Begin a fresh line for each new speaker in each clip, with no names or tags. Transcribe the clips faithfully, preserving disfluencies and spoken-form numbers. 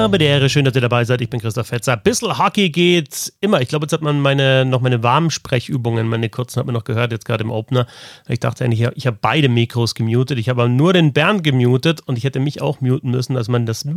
Belvedere, schön, dass ihr dabei seid. Ich bin Christoph Fetzer. Bissl Hockey geht immer. Ich glaube, jetzt hat man meine, noch meine Warmsprechübungen, meine kurzen, hat man noch gehört, jetzt gerade im Opener. Ich dachte eigentlich, ich habe beide Mikros gemutet. Ich habe aber nur den Bernd gemutet und ich hätte mich auch muten müssen, dass man das nicht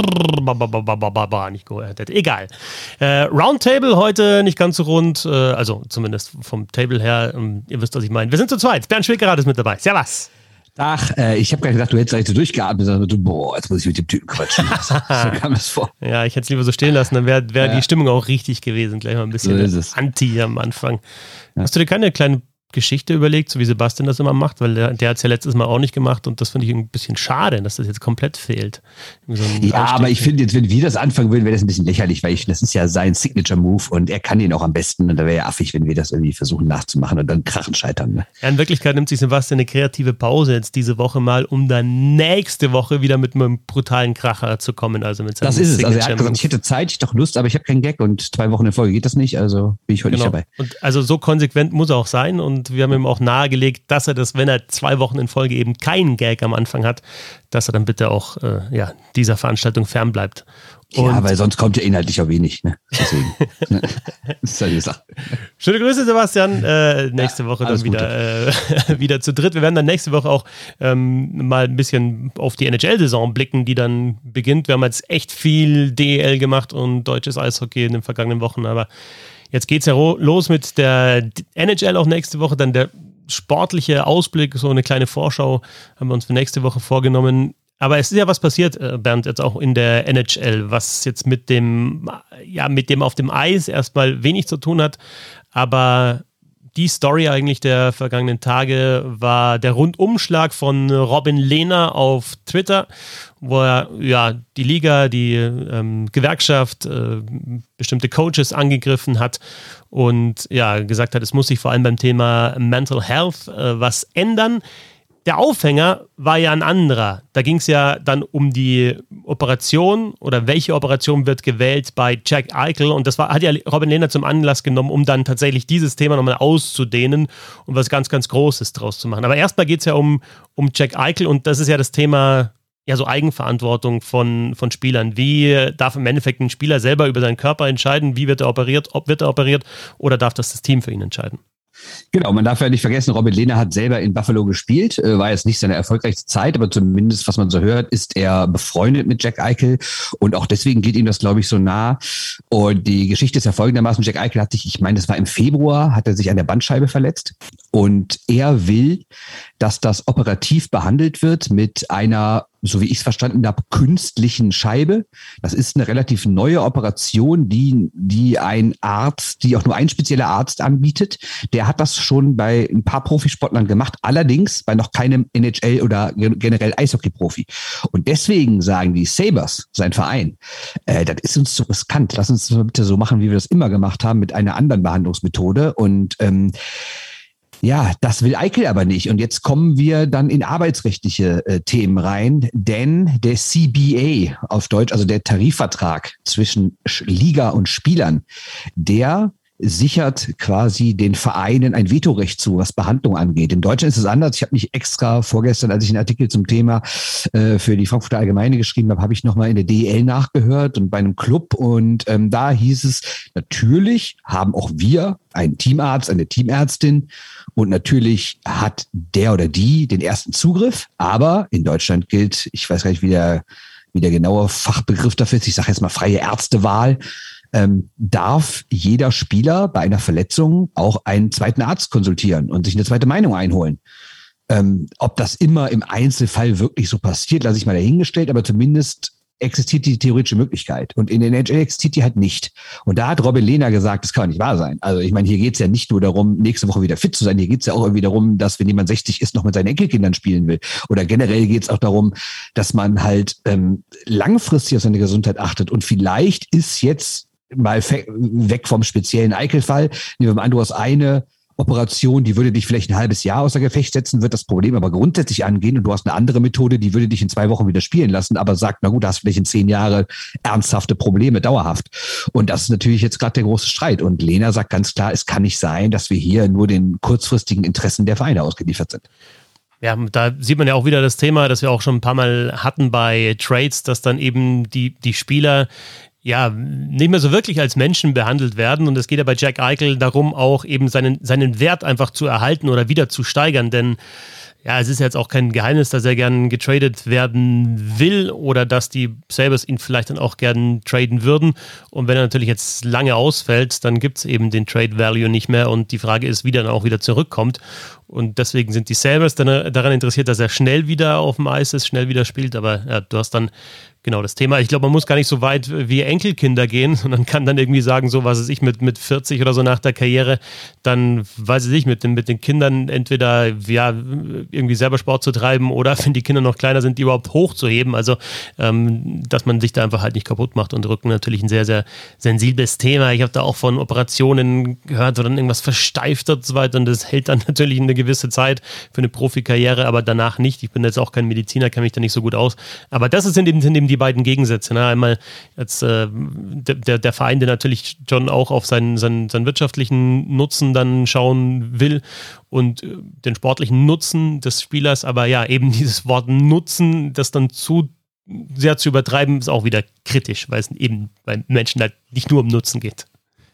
gehört hätte. Egal. Äh, Roundtable heute nicht ganz so rund, äh, also zumindest vom Table her. Ähm, ihr wisst, was ich meine. Wir sind zu zweit. Bernd Schwickerath ist mit dabei. Servus.
Ach, äh, ich habe gerade gedacht, du hättest gleich so durchgeatmet, sondern du, boah, jetzt muss ich mit dem Typen quatschen. So kam es vor.
Ja, ich hätte es lieber so stehen lassen, dann wäre wär ja. die Stimmung auch richtig gewesen. Gleich mal ein bisschen
so
Anti am Anfang. Ja. Hast du dir keine kleine Geschichte überlegt, so wie Sebastian das immer macht? Weil der, der hat es ja letztes Mal auch nicht gemacht und das finde ich ein bisschen schade, dass das jetzt komplett fehlt. So
ja, aber ich finde jetzt, wenn wir das anfangen würden, wäre das ein bisschen lächerlich, weil ich, das ist ja sein Signature-Move und er kann ihn auch am besten und da wäre ja affig, wenn wir das irgendwie versuchen nachzumachen und dann krachen scheitern. Ne?
Ja, in Wirklichkeit nimmt sich Sebastian eine kreative Pause jetzt diese Woche mal, um dann nächste Woche wieder mit einem brutalen Kracher zu kommen. Also mit
das ist es. Also er hat gesagt, ich hätte Zeit, ich doch Lust, aber ich habe keinen Gag und zwei Wochen in Folge geht das nicht, also bin ich heute
genau.
nicht dabei.
Und also so konsequent muss er auch sein und wir haben ihm auch nahegelegt, dass er das, wenn er zwei Wochen in Folge eben keinen Gag am Anfang hat, dass er dann bitte auch äh, ja, dieser Veranstaltung fernbleibt. Und
ja, weil sonst kommt ja inhaltlich auch wenig. Ne? Deswegen. Das ist ja die Sache.
Schöne Grüße, Sebastian. Äh, nächste ja, Woche dann wieder, äh, wieder zu dritt. Wir werden dann nächste Woche auch ähm, mal ein bisschen auf die N H L-Saison blicken, die dann beginnt. Wir haben jetzt echt viel D E L gemacht und deutsches Eishockey in den vergangenen Wochen, aber jetzt geht es ja los mit der N H L auch nächste Woche, dann der sportliche Ausblick, so eine kleine Vorschau haben wir uns für nächste Woche vorgenommen. Aber es ist ja was passiert, Bernd, jetzt auch in der N H L, was jetzt mit dem, ja, mit dem auf dem Eis erstmal wenig zu tun hat. Aber die Story eigentlich der vergangenen Tage war der Rundumschlag von Robin Lehner auf Twitter, wo er ja die Liga, die ähm, Gewerkschaft, äh, bestimmte Coaches angegriffen hat und ja gesagt hat, es muss sich vor allem beim Thema Mental Health äh, was ändern. Der Aufhänger war ja ein anderer. Da ging es ja dann um die Operation oder welche Operation wird gewählt bei Jack Eichel. Und das war, hat ja Robin Lehner zum Anlass genommen, um dann tatsächlich dieses Thema nochmal auszudehnen und was ganz, ganz Großes draus zu machen. Aber erstmal geht es ja um, um Jack Eichel und das ist ja das Thema, ja, so Eigenverantwortung von, von Spielern. Wie darf im Endeffekt ein Spieler selber über seinen Körper entscheiden? Wie wird er operiert? Ob wird er operiert? Oder darf das das Team für ihn entscheiden?
Genau, man darf ja nicht vergessen, Robin Lehner hat selber in Buffalo gespielt, war jetzt nicht seine erfolgreichste Zeit, aber zumindest, was man so hört, ist er befreundet mit Jack Eichel und auch deswegen geht ihm das, glaube ich, so nah. Und die Geschichte ist ja folgendermaßen, Jack Eichel hat sich, ich meine, das war im Februar, hat er sich an der Bandscheibe verletzt und er will, dass das operativ behandelt wird mit einer, so wie ich es verstanden habe, künstlichen Scheibe. Das ist eine relativ neue Operation, die, die ein Arzt, die auch nur ein spezieller Arzt anbietet. Der hat das schon bei ein paar Profisportlern gemacht, allerdings bei noch keinem N H L oder generell Eishockey-Profi. Und deswegen sagen die Sabres, sein Verein, äh, das ist uns zu riskant. Lass uns das bitte so machen, wie wir das immer gemacht haben, mit einer anderen Behandlungsmethode. Und ähm, ja, das will Eichel aber nicht. Und jetzt kommen wir dann in arbeitsrechtliche äh, Themen rein, denn der C B A auf Deutsch, also der Tarifvertrag zwischen Liga und Spielern, der sichert quasi den Vereinen ein Vetorecht zu, was Behandlung angeht. In Deutschland ist es anders. Ich habe mich extra vorgestern, als ich einen Artikel zum Thema äh, für die Frankfurter Allgemeine geschrieben habe, habe ich nochmal in der D E L nachgehört und bei einem Club. Und ähm, da hieß es, natürlich haben auch wir einen Teamarzt, eine Teamärztin und natürlich hat der oder die den ersten Zugriff. Aber in Deutschland gilt, ich weiß gar nicht, wie der, wie der genaue Fachbegriff dafür ist, ich sage jetzt mal freie Ärztewahl, Ähm, darf jeder Spieler bei einer Verletzung auch einen zweiten Arzt konsultieren und sich eine zweite Meinung einholen. Ähm, ob das immer im Einzelfall wirklich so passiert, lasse ich mal dahingestellt, aber zumindest existiert die theoretische Möglichkeit. Und in den N H L existiert die halt nicht. Und da hat Robin Lehner gesagt, das kann nicht wahr sein. Also ich meine, hier geht es ja nicht nur darum, nächste Woche wieder fit zu sein, hier geht es ja auch irgendwie darum, dass wenn jemand sechzig ist, noch mit seinen Enkelkindern spielen will. Oder generell geht es auch darum, dass man halt ähm, langfristig auf seine Gesundheit achtet. Und vielleicht ist jetzt mal weg vom speziellen Eichel-Fall. Nehmen wir mal an, du hast eine Operation, die würde dich vielleicht ein halbes Jahr außer Gefecht setzen, wird das Problem aber grundsätzlich angehen und du hast eine andere Methode, die würde dich in zwei Wochen wieder spielen lassen, aber sagt, na gut, du hast vielleicht in zehn Jahre ernsthafte Probleme, dauerhaft. Und das ist natürlich jetzt gerade der große Streit. Und Lehner sagt ganz klar, es kann nicht sein, dass wir hier nur den kurzfristigen Interessen der Vereine ausgeliefert sind.
Ja, da sieht man ja auch wieder das Thema, das wir auch schon ein paar Mal hatten bei Trades, dass dann eben die, die Spieler ja nicht mehr so wirklich als Menschen behandelt werden. Und es geht ja bei Jack Eichel darum, auch eben seinen, seinen Wert einfach zu erhalten oder wieder zu steigern. Denn ja, es ist jetzt auch kein Geheimnis, dass er gern getradet werden will oder dass die Sabres ihn vielleicht dann auch gern traden würden. Und wenn er natürlich jetzt lange ausfällt, dann gibt es eben den Trade Value nicht mehr. Und die Frage ist, wie er dann auch wieder zurückkommt. Und deswegen sind die Sabres dann daran interessiert, dass er schnell wieder auf dem Eis ist, schnell wieder spielt. Aber ja, du hast dann genau das Thema. Ich glaube, man muss gar nicht so weit wie Enkelkinder gehen, sondern kann dann irgendwie sagen, so was weiß ich, mit, mit vierzig oder so nach der Karriere, dann weiß ich nicht, mit den, mit den Kindern entweder ja irgendwie selber Sport zu treiben oder, wenn die Kinder noch kleiner sind, die überhaupt hochzuheben. Also, ähm, dass man sich da einfach halt nicht kaputt macht. Und Rücken natürlich ein sehr, sehr sensibles Thema. Ich habe da auch von Operationen gehört, wo dann irgendwas versteift wird und so weiter. Und das hält dann natürlich eine gewisse Zeit für eine Profikarriere, aber danach nicht. Ich bin jetzt auch kein Mediziner, kenne mich da nicht so gut aus. Aber das ist in dem, in dem die beiden Gegensätze. Ne? Einmal jetzt äh, der, der Verein, der natürlich schon auch auf seinen, seinen, seinen wirtschaftlichen Nutzen dann schauen will und äh, den sportlichen Nutzen des Spielers, aber ja, eben dieses Wort Nutzen, das dann zu sehr zu übertreiben, ist auch wieder kritisch, weil es eben bei Menschen halt nicht nur um Nutzen geht.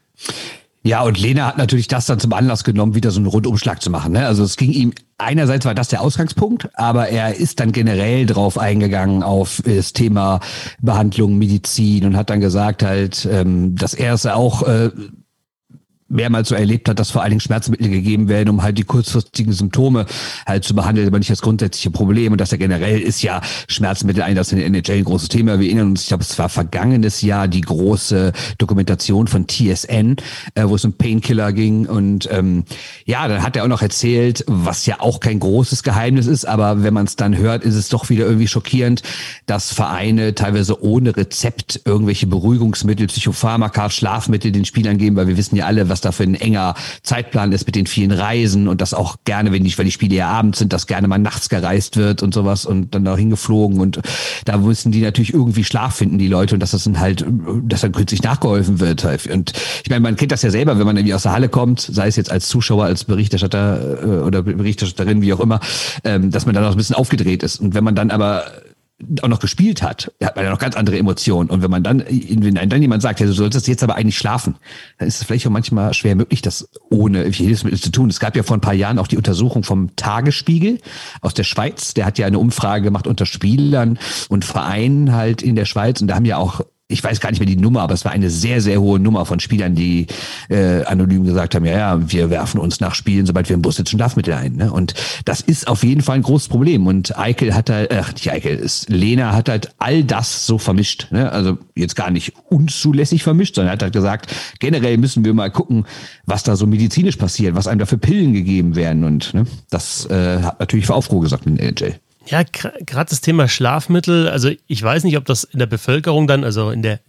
Ja, und Lehner hat natürlich das dann zum Anlass genommen, wieder so einen Rundumschlag zu machen. Ne? Also es ging ihm, einerseits war das der Ausgangspunkt, aber er ist dann generell drauf eingegangen auf das Thema Behandlung, Medizin und hat dann gesagt halt, ähm, dass er es auch äh, mehrmals so erlebt hat, dass vor allen Dingen Schmerzmittel gegeben werden, um halt die kurzfristigen Symptome halt zu behandeln, aber nicht das grundsätzliche Problem. Und dass er generell ist ja Schmerzmitteleinsatz in der N H L ein großes Thema. Wir erinnern uns, ich glaube, es war vergangenes Jahr die große Dokumentation von T S N, äh, wo es um Painkiller ging. Und ähm, ja, dann hat er auch noch erzählt, was ja auch kein großes Geheimnis ist, aber wenn man es dann hört, ist es doch wieder irgendwie schockierend, dass Vereine teilweise ohne Rezept irgendwelche Beruhigungsmittel, Psychopharmaka, Schlafmittel den Spielern geben, weil wir wissen ja alle, was da für ein enger Zeitplan ist mit den vielen Reisen und das auch gerne, wenn die, weil die Spiele ja abends sind, dass gerne mal nachts gereist wird und sowas und dann da hingeflogen und da müssen die natürlich irgendwie Schlaf finden, die Leute, und dass das dann halt, dass dann kürzlich nachgeholfen wird halt. Und ich meine, man kennt das ja selber, wenn man irgendwie aus der Halle kommt, sei es jetzt als Zuschauer, als Berichterstatter oder Berichterstatterin, wie auch immer, dass man dann auch ein bisschen aufgedreht ist. Und wenn man dann aber auch noch gespielt hat, hat man ja noch ganz andere Emotionen. Und wenn man dann, wenn einem dann jemand sagt, ja, du solltest jetzt aber eigentlich schlafen, dann ist es vielleicht auch manchmal schwer möglich, das ohne Hilfsmittel zu tun. Es gab ja vor ein paar Jahren auch die Untersuchung vom Tagesspiegel aus der Schweiz. Der hat ja eine Umfrage gemacht unter Spielern und Vereinen halt in der Schweiz. Und da haben ja auch, ich weiß gar nicht mehr die Nummer, aber es war eine sehr, sehr hohe Nummer von Spielern, die äh, anonym gesagt haben, ja, ja, wir werfen uns nach Spielen, sobald wir im Bus sitzen, Schlafmittel ein. Ne? Und das ist auf jeden Fall ein großes Problem. Und Eichel hat halt, ach, nicht Eichel, ist, Lehner hat halt all das so vermischt. Ne? Also jetzt gar nicht unzulässig vermischt, sondern er hat halt gesagt, generell müssen wir mal gucken, was da so medizinisch passiert, was einem da für Pillen gegeben werden. Und ne, das äh, hat natürlich für Aufruhr gesorgt in der N H L.
Ja, gerade das Thema Schlafmittel, also ich weiß nicht, ob das in der Bevölkerung dann, also in der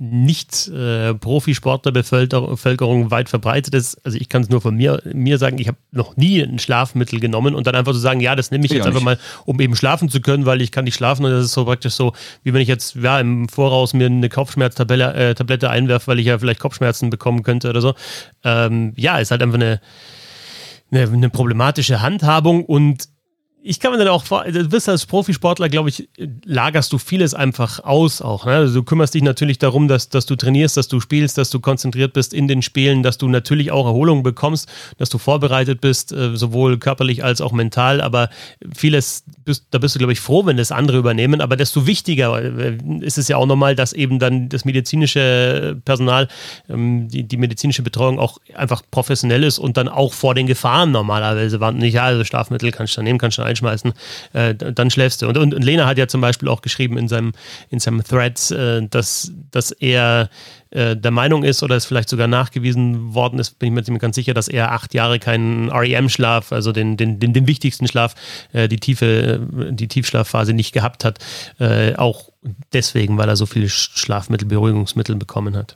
Nicht-Profisportler-Bevölkerung weit verbreitet ist. Also ich kann es nur von mir, mir sagen, ich habe noch nie ein Schlafmittel genommen und dann einfach zu so sagen, ja, das nehme ich, ich jetzt einfach mal, um eben schlafen zu können, weil ich kann nicht schlafen, und das ist so praktisch so, wie wenn ich jetzt ja im Voraus mir eine Kopfschmerztablette äh, Tablette einwerfe, weil ich ja vielleicht Kopfschmerzen bekommen könnte oder so. Ähm, ja, ist halt einfach eine, eine, eine problematische Handhabung. Und ich kann mir dann auch vor, du bist als Profisportler, glaube ich, lagerst du vieles einfach aus auch. Ne? Also du kümmerst dich natürlich darum, dass, dass du trainierst, dass du spielst, dass du konzentriert bist in den Spielen, dass du natürlich auch Erholung bekommst, dass du vorbereitet bist, äh, sowohl körperlich als auch mental. Aber vieles, bist, da bist du, glaube ich, froh, wenn das andere übernehmen. Aber desto wichtiger äh, ist es ja auch nochmal, dass eben dann das medizinische Personal, ähm, die, die medizinische Betreuung auch einfach professionell ist und dann auch vor den Gefahren normalerweise warnt. Nicht, ja, also Schlafmittel kannst du dann nehmen, kannst du dann einschmeißen, äh, dann schläfst du. Und, und, und Lehner hat ja zum Beispiel auch geschrieben in seinem, in seinem Thread, äh, dass, dass er äh, der Meinung ist oder es vielleicht sogar nachgewiesen worden ist, bin ich mir ziemlich ganz sicher, dass er acht Jahre keinen R E M-Schlaf, also den, den, den, den wichtigsten Schlaf, äh, die tiefe, die Tiefschlafphase nicht gehabt hat. Äh, auch deswegen, weil er so viele Schlafmittel, Beruhigungsmittel bekommen hat.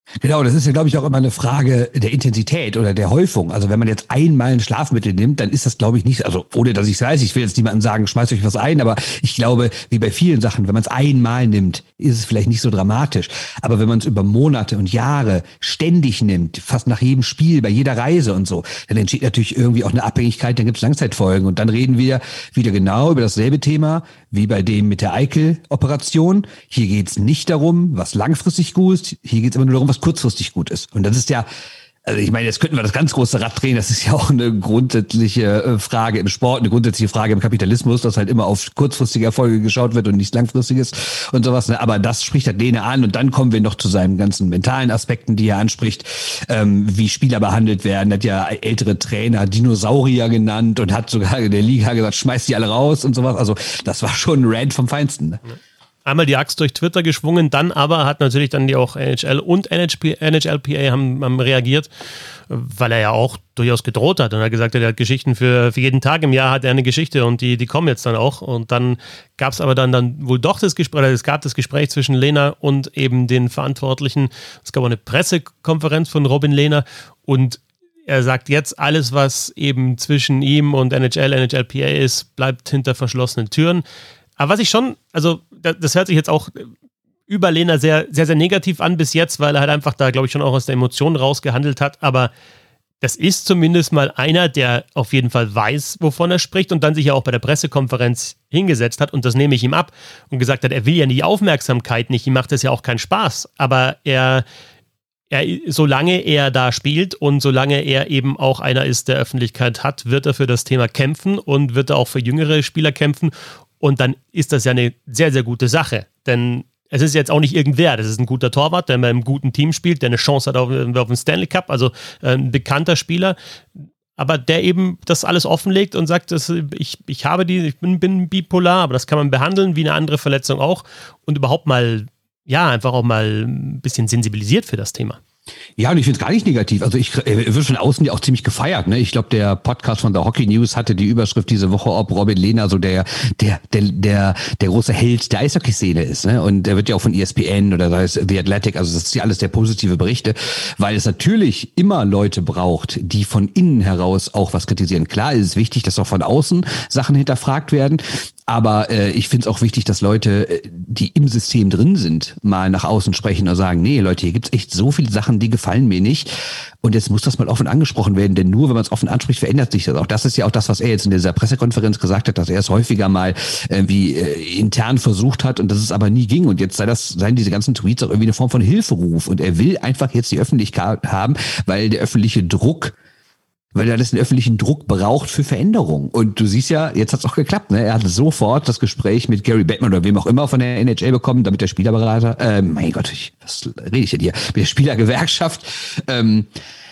Genau, das ist ja, glaube ich, auch immer eine Frage der Intensität oder der Häufung. Also wenn man jetzt einmal ein Schlafmittel nimmt, dann ist das, glaube ich, nicht, also ohne dass ich es weiß, ich will jetzt niemandem sagen, schmeißt euch was ein, aber ich glaube, wie bei vielen Sachen, wenn man es einmal nimmt, ist es vielleicht nicht so dramatisch. Aber wenn man es über Monate und Jahre ständig nimmt, fast nach jedem Spiel, bei jeder Reise und so, dann entsteht natürlich irgendwie auch eine Abhängigkeit, dann gibt es Langzeitfolgen. Und dann reden wir wieder genau über dasselbe Thema wie bei dem mit der Eichel-Operation. Hier geht es nicht darum, was langfristig gut ist, hier geht es immer nur darum, was kurzfristig gut ist. Und das ist ja, also ich meine, jetzt könnten wir das ganz große Rad drehen, das ist ja auch eine grundsätzliche Frage im Sport, eine grundsätzliche Frage im Kapitalismus, dass halt immer auf kurzfristige Erfolge geschaut wird und nichts Langfristiges und sowas. Aber das spricht halt Lehne an und dann kommen wir noch zu seinen ganzen mentalen Aspekten, die er anspricht, ähm, wie Spieler behandelt werden. Er hat ja ältere Trainer Dinosaurier genannt und hat sogar in der Liga gesagt, schmeißt die alle raus und sowas. Also das war schon ein Rant vom Feinsten. Ne?
Ja. Einmal die Axt durch Twitter geschwungen, dann aber hat natürlich dann die auch N H L und N H L P A haben, haben reagiert, weil er ja auch durchaus gedroht hat und er hat gesagt, er hat Geschichten für, für jeden Tag im Jahr hat er eine Geschichte und die, die kommen jetzt dann auch. Und dann gab es aber dann, dann wohl doch das Gespräch, es gab das Gespräch zwischen Lehner und eben den Verantwortlichen. Es gab auch eine Pressekonferenz von Robin Lehner und er sagt jetzt, alles, was eben zwischen ihm und N H L, N H L P A ist, bleibt hinter verschlossenen Türen. Aber was ich schon, also das hört sich jetzt auch über Lehner sehr, sehr, sehr negativ an bis jetzt, weil er halt einfach da, glaube ich, schon auch aus der Emotion rausgehandelt hat. Aber das ist zumindest mal einer, der auf jeden Fall weiß, wovon er spricht und dann sich ja auch bei der Pressekonferenz hingesetzt hat und das nehme ich ihm ab und gesagt hat, er will ja die Aufmerksamkeit nicht, ihm macht das ja auch keinen Spaß. Aber er... Er, solange er da spielt und solange er eben auch einer ist, der Öffentlichkeit hat, wird er für das Thema kämpfen und wird er auch für jüngere Spieler kämpfen. Und dann ist das ja eine sehr, sehr gute Sache. Denn es ist jetzt auch nicht irgendwer. Das ist ein guter Torwart, der bei einem guten Team spielt, der eine Chance hat auf, auf den Stanley Cup, also ein bekannter Spieler. Aber der eben das alles offenlegt und sagt, dass ich, ich habe die, ich bin, bin bipolar, aber das kann man behandeln wie eine andere Verletzung auch und überhaupt mal ja, einfach auch mal ein bisschen sensibilisiert für das Thema.
Ja, und ich finde es gar nicht negativ. Also ich äh, wird von außen ja auch ziemlich gefeiert. Ne? Ich glaube, der Podcast von der Hockey News hatte die Überschrift diese Woche, ob Robin Lehner so der der der der der große Held der Eishockey-Szene ist. Ne? Und er wird ja auch von E S P N oder da ist The Athletic, also das ist ja alles sehr positive Berichte, weil es natürlich immer Leute braucht, die von innen heraus auch was kritisieren. Klar ist es wichtig, dass auch von außen Sachen hinterfragt werden. Aber äh, ich finde es auch wichtig, dass Leute, die im System drin sind, mal nach außen sprechen und sagen, nee, Leute, hier gibt's echt so viele Sachen, die gefallen mir nicht. Und jetzt muss das mal offen angesprochen werden, denn nur wenn man es offen anspricht, verändert sich das. Auch das ist ja auch das, was er jetzt in dieser Pressekonferenz gesagt hat, dass er es häufiger mal irgendwie äh, intern versucht hat und dass es aber nie ging. Und jetzt sei das, seien diese ganzen Tweets auch irgendwie eine Form von Hilferuf. Und er will einfach jetzt die Öffentlichkeit haben, weil der öffentliche Druck weil er das einen öffentlichen Druck braucht für Veränderung. Und du siehst ja, jetzt hat's auch geklappt. Ne? Er hat sofort das Gespräch mit Gary Bettman oder wem auch immer von der N H L bekommen, damit der Spielerberater, äh, mein Gott, ich, was rede ich denn hier? Mit der Spielergewerkschaft. Ähm,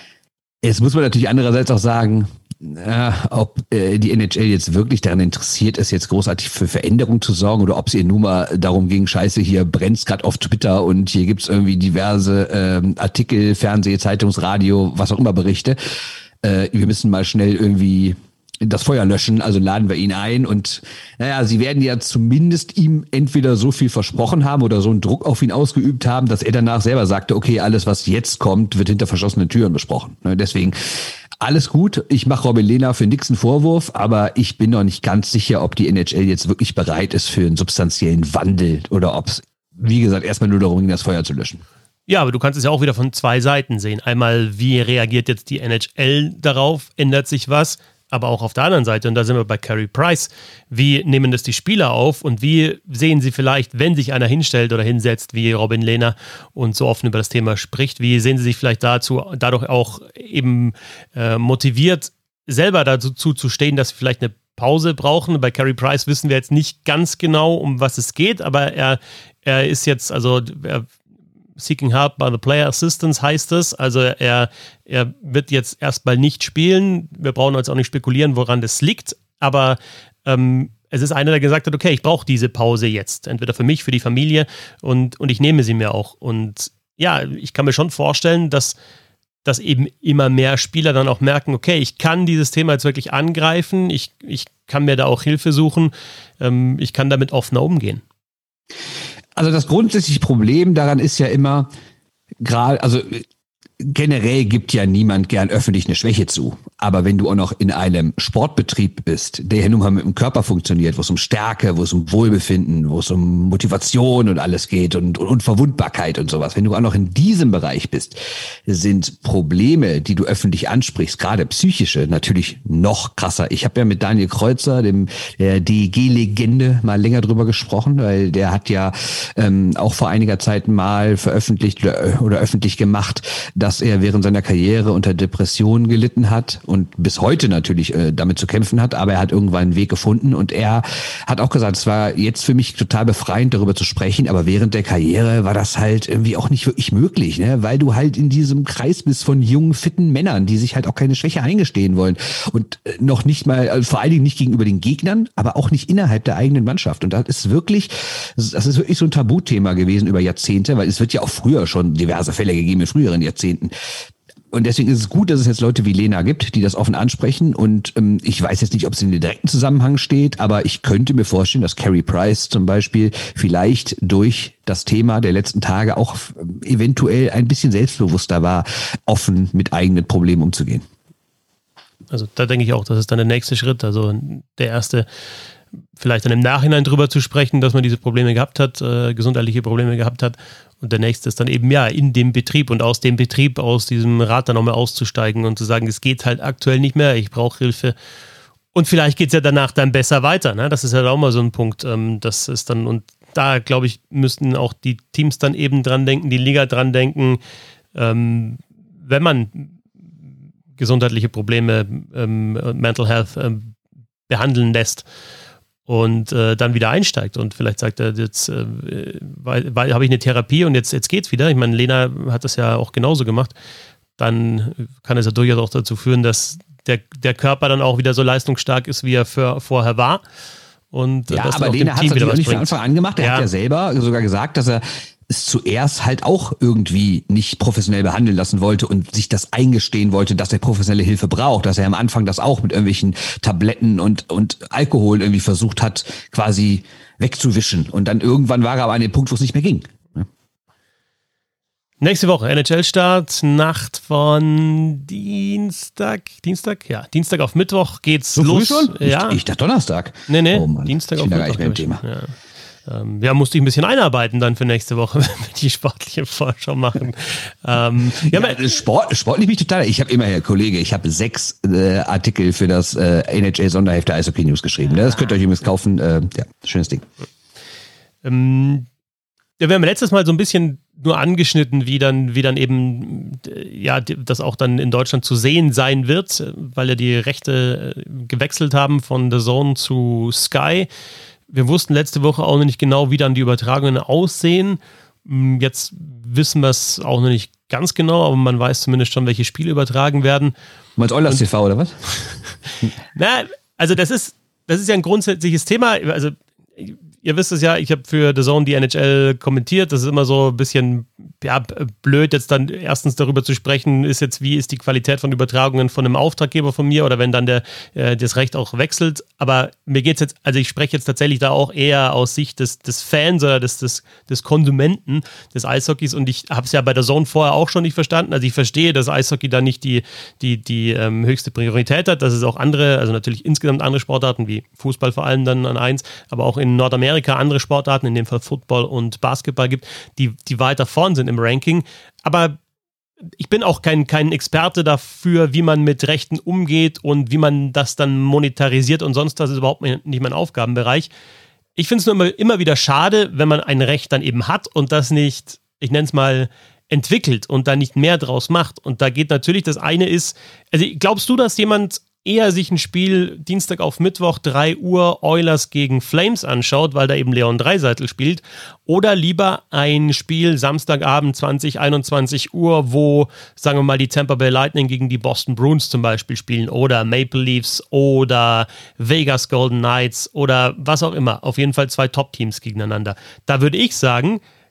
jetzt muss man natürlich andererseits auch sagen, äh, ob äh, die N H L jetzt wirklich daran interessiert ist, jetzt großartig für Veränderung zu sorgen oder ob es ihr nur mal darum ging, scheiße, hier brennt's gerade auf Twitter und hier gibt's irgendwie diverse äh, Artikel, Fernseh, Zeitungs, Radio, was auch immer Berichte. Wir müssen mal schnell irgendwie das Feuer löschen, also laden wir ihn ein und naja, sie werden ja zumindest ihm entweder so viel versprochen haben oder so einen Druck auf ihn ausgeübt haben, dass er danach selber sagte, okay, alles, was jetzt kommt, wird hinter verschlossenen Türen besprochen. Deswegen alles gut, ich mache Robin Lehner für nix einen Vorwurf, aber ich bin noch nicht ganz sicher, ob die N H L jetzt wirklich bereit ist für einen substanziellen Wandel oder ob es, wie gesagt, erstmal nur darum ging, das Feuer zu löschen.
Ja, aber du kannst es ja auch wieder von zwei Seiten sehen. Einmal, wie reagiert jetzt die N H L darauf? Ändert sich was? Aber auch auf der anderen Seite, und da sind wir bei Carey Price, wie nehmen das die Spieler auf und wie sehen sie vielleicht, wenn sich einer hinstellt oder hinsetzt, wie Robin Lehner und so offen über das Thema spricht, wie sehen sie sich vielleicht dazu, dadurch auch eben äh, motiviert, selber dazu zu stehen, dass sie vielleicht eine Pause brauchen. Bei Carey Price wissen wir jetzt nicht ganz genau, um was es geht, aber er, er ist jetzt, also er Seeking Help by the Player Assistance heißt es. Also er, er wird jetzt erstmal nicht spielen. Wir brauchen jetzt auch nicht spekulieren, woran das liegt. Aber ähm, es ist einer, der gesagt hat, okay, ich brauche diese Pause jetzt. Entweder für mich, für die Familie und, und ich nehme sie mir auch. Und ja, ich kann mir schon vorstellen, dass, dass eben immer mehr Spieler dann auch merken, okay, ich kann dieses Thema jetzt wirklich angreifen. Ich, ich kann mir da auch Hilfe suchen. Ähm, ich kann damit offener umgehen.
Also das grundsätzliche Problem daran ist ja immer, gerade, also generell gibt ja niemand gern öffentlich eine Schwäche zu. Aber wenn du auch noch in einem Sportbetrieb bist, der ja nun mal mit dem Körper funktioniert, wo es um Stärke, wo es um Wohlbefinden, wo es um Motivation und alles geht und, und Unverwundbarkeit und sowas, wenn du auch noch in diesem Bereich bist, sind Probleme, die du öffentlich ansprichst, gerade psychische, natürlich noch krasser. Ich habe ja mit Daniel Kreuzer, dem der D E G-Legende, mal länger drüber gesprochen, weil der hat ja ähm, auch vor einiger Zeit mal veröffentlicht oder, oder öffentlich gemacht, dass er während seiner Karriere unter Depressionen gelitten hat und bis heute natürlich äh, damit zu kämpfen hat, aber er hat irgendwann einen Weg gefunden und er hat auch gesagt, es war jetzt für mich total befreiend, darüber zu sprechen, aber während der Karriere war das halt irgendwie auch nicht wirklich möglich, ne? Weil du halt in diesem Kreis bist von jungen, fitten Männern, die sich halt auch keine Schwäche eingestehen wollen und äh, noch nicht mal, also vor allen Dingen nicht gegenüber den Gegnern, aber auch nicht innerhalb der eigenen Mannschaft und das ist wirklich, das ist wirklich so ein Tabuthema gewesen über Jahrzehnte, weil es wird ja auch früher schon diverse Fälle gegeben in früheren Jahrzehnten. Und deswegen ist es gut, dass es jetzt Leute wie Lena gibt, die das offen ansprechen. Und ähm, ich weiß jetzt nicht, ob es in den direkten Zusammenhang steht, aber ich könnte mir vorstellen, dass Carey Price zum Beispiel vielleicht durch das Thema der letzten Tage auch ähm, eventuell ein bisschen selbstbewusster war, offen mit eigenen Problemen umzugehen.
Also da denke ich auch, das ist dann der nächste Schritt. Also der erste, vielleicht dann im Nachhinein drüber zu sprechen, dass man diese Probleme gehabt hat, äh, gesundheitliche Probleme gehabt hat. Und der nächste ist dann eben, ja, in dem Betrieb und aus dem Betrieb, aus diesem Rad dann nochmal auszusteigen und zu sagen, es geht halt aktuell nicht mehr, ich brauche Hilfe. Und vielleicht geht es ja danach dann besser weiter. Ne? Das ist halt auch mal so ein Punkt. Ähm, das ist dann, und da, glaube ich, müssten auch die Teams dann eben dran denken, die Liga dran denken, ähm, wenn man gesundheitliche Probleme, ähm, Mental Health ähm, behandeln lässt, und äh, dann wieder einsteigt und vielleicht sagt er, jetzt äh, weil, weil habe ich eine Therapie und jetzt, jetzt geht's wieder. Ich meine, Lena hat das ja auch genauso gemacht. Dann kann es ja durchaus auch dazu führen, dass der, der Körper dann auch wieder so leistungsstark ist, wie er für, vorher war. Und,
ja,
das
aber Lena hat es natürlich auch nicht von Anfang an gemacht. Er
ja.
hat ja selber sogar gesagt, dass er es zuerst halt auch irgendwie nicht professionell behandeln lassen wollte und sich das eingestehen wollte, dass er professionelle Hilfe braucht, dass er am Anfang das auch mit irgendwelchen Tabletten und, und Alkohol irgendwie versucht hat, quasi wegzuwischen. Und dann irgendwann war er aber an dem Punkt, wo es nicht mehr ging.
Nächste Woche, N H L-Start, Nacht von Dienstag, Dienstag? Ja, Dienstag auf Mittwoch geht's
so
los.
Früh schon?
Ja.
Ich, ich dachte Donnerstag.
Nee, nee,
oh Mann,
Dienstag
ich
auf
bin
Mittwoch.
Da gar nicht mehr im Thema.
Ja. Ähm, ja, musste ich ein bisschen einarbeiten dann für nächste Woche, wenn wir die sportliche Vorschau machen. ähm, ja,
ja, Sport, sportlich bin ich total. Ich habe immer, Herr Kollege, ich habe sechs äh, Artikel für das äh, N H L-Sonderheft der Eishockey News geschrieben. Ne? Das könnt ihr euch übrigens kaufen. Äh, ja, schönes Ding.
Ähm, ja, wir haben letztes Mal so ein bisschen nur angeschnitten, wie dann, wie dann eben, ja, das auch dann in Deutschland zu sehen sein wird, weil ja die Rechte gewechselt haben von The Zone zu Sky. Wir wussten letzte Woche auch noch nicht genau, wie dann die Übertragungen aussehen. Jetzt wissen wir es auch noch nicht ganz genau, aber man weiß zumindest schon, welche Spiele übertragen werden.
Du meinst Eulers T V oder was?
Na, also das ist, das ist ja ein grundsätzliches Thema. Also ihr wisst es ja, ich habe für The Zone die N H L kommentiert. Das ist immer so ein bisschen ja, blöd, jetzt dann erstens darüber zu sprechen, ist jetzt, wie ist die Qualität von Übertragungen von einem Auftraggeber von mir oder wenn dann der, äh, das Recht auch wechselt. Aber mir geht es jetzt, also ich spreche jetzt tatsächlich da auch eher aus Sicht des, des Fans oder des, des, des Konsumenten des Eishockeys und ich habe es ja bei der Zone vorher auch schon nicht verstanden. Also ich verstehe, dass Eishockey da nicht die, die, die ähm, höchste Priorität hat, dass es auch andere, also natürlich insgesamt andere Sportarten wie Fußball vor allem dann an eins, aber auch in Nordamerika andere Sportarten, in dem Fall Football und Basketball gibt, die, die weiter vorn sind im Ranking. Aber ich bin auch kein, kein Experte dafür, wie man mit Rechten umgeht und wie man das dann monetarisiert und sonst, das ist überhaupt nicht mein Aufgabenbereich. Ich finde es nur immer, immer wieder schade, wenn man ein Recht dann eben hat und das nicht, ich nenne es mal, entwickelt und da nicht mehr draus macht. Und da geht natürlich, das eine ist, also glaubst du, dass jemand eher sich ein Spiel Dienstag auf Mittwoch drei Uhr Oilers gegen Flames anschaut, weil da eben Leon Draisaitl spielt, oder lieber ein Spiel Samstagabend zwanzig, einundzwanzig Uhr, wo, sagen wir mal, die Tampa Bay Lightning gegen die Boston Bruins zum Beispiel spielen oder Maple Leafs oder Vegas Golden Knights oder was auch immer. Auf jeden Fall zwei Top-Teams gegeneinander. Da würde ich sagen,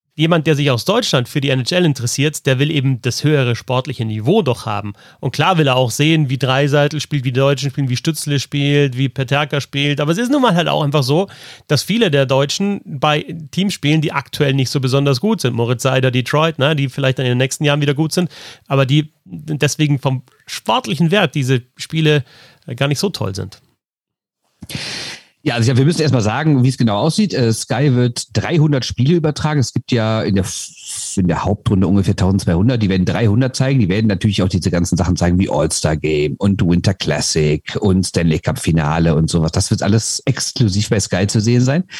jemand, der sich aus Deutschland für die N H L interessiert, der will eben das höhere sportliche Niveau doch haben. Und klar will er auch sehen, wie Draisaitl spielt, wie die Deutschen spielen, wie Stützle spielt, wie Peterka spielt. Aber es ist nun mal halt auch einfach so, dass viele der Deutschen bei Teams spielen, die aktuell nicht so besonders gut sind. Moritz Seider, Detroit, ne, die vielleicht dann in den nächsten Jahren wieder gut sind, aber die deswegen vom sportlichen Wert diese Spiele gar nicht so toll sind.
Ja, also wir müssen erstmal sagen, wie es genau aussieht. Äh, Sky wird dreihundert Spiele übertragen. Es gibt ja in der, in der Hauptrunde ungefähr eintausendzweihundert. Die werden dreihundert zeigen. Die werden natürlich auch diese ganzen Sachen zeigen wie All-Star Game und Winter Classic und Stanley Cup Finale und sowas. Das wird alles exklusiv bei Sky zu sehen sein.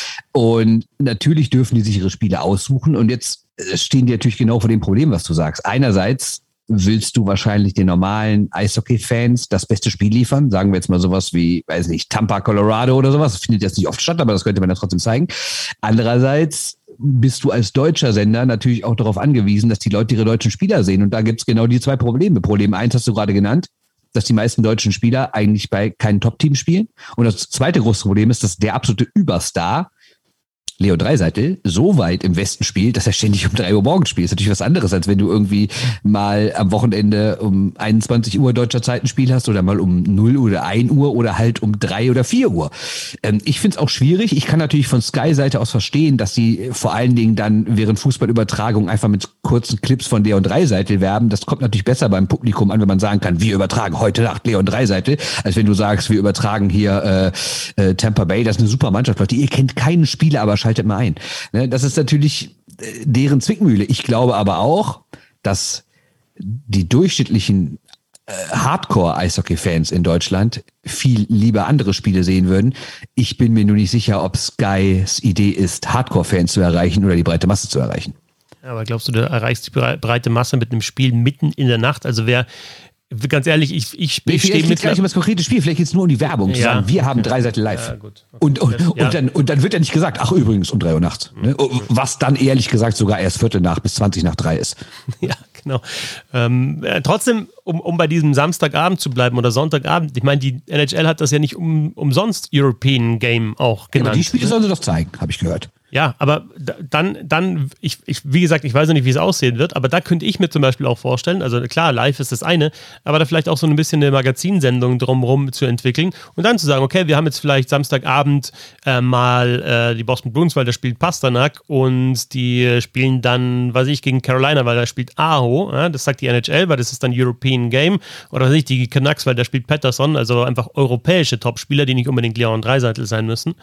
Und natürlich dürfen die sich ihre Spiele aussuchen. Und jetzt stehen die natürlich genau vor dem Problem, was du sagst. Einerseits willst du wahrscheinlich den normalen Eishockey-Fans das beste Spiel liefern. Sagen wir jetzt mal sowas wie, weiß nicht, Tampa, Colorado oder sowas. Das findet jetzt nicht oft statt, aber das könnte man ja trotzdem zeigen. Andererseits bist du als deutscher Sender natürlich auch darauf angewiesen, dass die Leute ihre deutschen Spieler sehen. Und da gibt's genau die zwei Probleme. Problem eins hast du gerade genannt, dass die meisten deutschen Spieler eigentlich bei keinem Top-Team spielen. Und das zweite große Problem ist, dass der absolute Überstar Leon Draisaitl so weit im Westen spielt, dass er ständig um drei Uhr morgens spielt. Das ist natürlich was anderes, als wenn du irgendwie mal am Wochenende um einundzwanzig Uhr deutscher Zeit ein Spiel hast oder mal um null oder ein Uhr oder halt um drei oder vier Uhr. Ähm, ich finde es auch schwierig. Ich kann natürlich von Sky-Seite aus verstehen, dass sie vor allen Dingen dann während Fußballübertragung einfach mit kurzen Clips von Leon Draisaitl werben. Das kommt natürlich besser beim Publikum an, wenn man sagen kann, wir übertragen heute Nacht Leon Draisaitl, als wenn du sagst, wir übertragen hier äh, äh, Tampa Bay. Das ist eine super Mannschaft, Leute. Ihr kennt keinen Spieler, aber schaltet mal ein. Ne, das ist natürlich deren Zwickmühle. Ich glaube aber auch, dass die durchschnittlichen äh, Hardcore-Eishockey-Fans in Deutschland viel lieber andere Spiele sehen würden. Ich bin mir nur nicht sicher, ob Skys Idee ist, Hardcore-Fans zu erreichen oder die breite Masse zu erreichen.
Aber glaubst du, du erreichst die breite Masse mit einem Spiel mitten in der Nacht? Also wer Ganz ehrlich, ich, ich, ich stehe mit...
Vielleicht gar nicht um das konkrete Spiel, vielleicht geht es nur um die Werbung, zu ja. sagen, wir haben ja. Draisaitl live. Ja, gut. Okay. Und, und, und, ja. dann, und dann wird ja nicht gesagt, ach übrigens, um drei Uhr nachts. Ne? Was dann ehrlich gesagt sogar erst Viertel nach bis zwanzig nach drei ist.
Ja, genau. Ähm, äh, trotzdem, um, um bei diesem Samstagabend zu bleiben oder Sonntagabend, ich meine, die N H L hat das ja nicht um, umsonst European Game auch genannt. Ja,
aber die Spiele
ne?
sollen sie doch zeigen, habe ich gehört.
Ja, aber dann, dann ich, ich, wie gesagt, ich weiß noch nicht, wie es aussehen wird, aber da könnte ich mir zum Beispiel auch vorstellen, also klar, live ist das eine, aber da vielleicht auch so ein bisschen eine Magazinsendung drumherum zu entwickeln und dann zu sagen, okay, wir haben jetzt vielleicht Samstagabend äh, mal äh, die Boston Bruins, weil da spielt Pasternak und die spielen dann, weiß ich, gegen Carolina, weil da spielt Aho, ja, das sagt die N H L, weil das ist dann European Game, oder weiß ich, die Canucks, weil da spielt Pettersson, also einfach europäische Topspieler, die nicht unbedingt Leon Draisaitl sein müssen.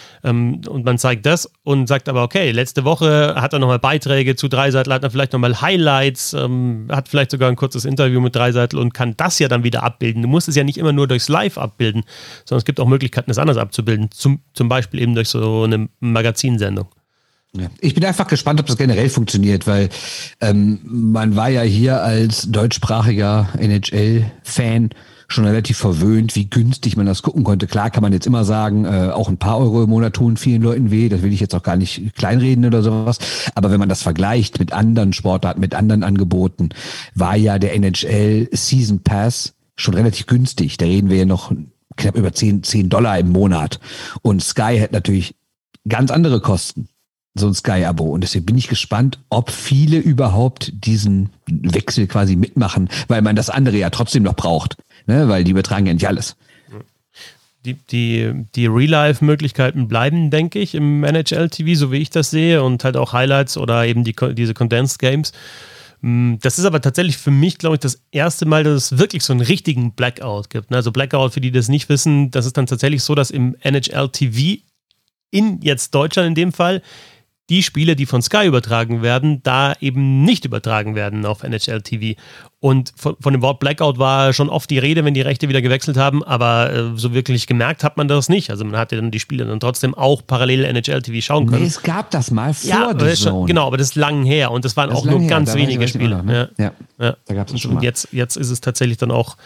Und man zeigt das und sagt aber, okay, letzte Woche hat er nochmal Beiträge zu Draisaitl, hat er vielleicht nochmal Highlights, ähm, hat vielleicht sogar ein kurzes Interview mit Draisaitl und kann das ja dann wieder abbilden. Du musst es ja nicht immer nur durchs Live abbilden, sondern es gibt auch Möglichkeiten, es anders abzubilden, zum, zum Beispiel eben durch so eine Magazinsendung.
Ich bin einfach gespannt, ob das generell funktioniert, weil ähm, man war ja hier als deutschsprachiger N H L-Fan schon relativ verwöhnt, wie günstig man das gucken konnte. Klar kann man jetzt immer sagen, äh, auch ein paar Euro im Monat tun vielen Leuten weh, das will ich jetzt auch gar nicht kleinreden oder sowas, aber wenn man das vergleicht mit anderen Sportarten, mit anderen Angeboten, war ja der N H L Season Pass schon relativ günstig. Da reden wir ja noch knapp über zehn Dollar im Monat und Sky hat natürlich ganz andere Kosten, so ein Sky-Abo. Und deswegen bin ich gespannt, ob viele überhaupt diesen Wechsel quasi mitmachen, weil man das andere ja trotzdem noch braucht. Ne, weil die übertragen ja nicht alles.
Die, die, die Real-Life-Möglichkeiten bleiben, denke ich, im N H L T V, so wie ich das sehe, und halt auch Highlights oder eben die, diese Condensed Games. Das ist aber tatsächlich für mich, glaube ich, das erste Mal, dass es wirklich so einen richtigen Blackout gibt. Also Blackout, für die das nicht wissen, das ist dann tatsächlich so, dass im N H L T V in jetzt Deutschland in dem Fall die Spiele, die von Sky übertragen werden, da eben nicht übertragen werden auf N H L T V. Und von, von dem Wort Blackout war schon oft die Rede, wenn die Rechte wieder gewechselt haben, aber äh, so wirklich gemerkt hat man das nicht. Also man hatte dann die Spiele dann trotzdem auch parallel N H L T V schauen können.
Nee, es gab das mal vor
ja,
der
Zone. Genau, aber das ist lang her und das waren das auch nur her, ganz wenige Spiele. Noch, ne?
Ja,
ja, ja.
Da gab es schon
und
mal.
Jetzt, jetzt ist es tatsächlich dann auch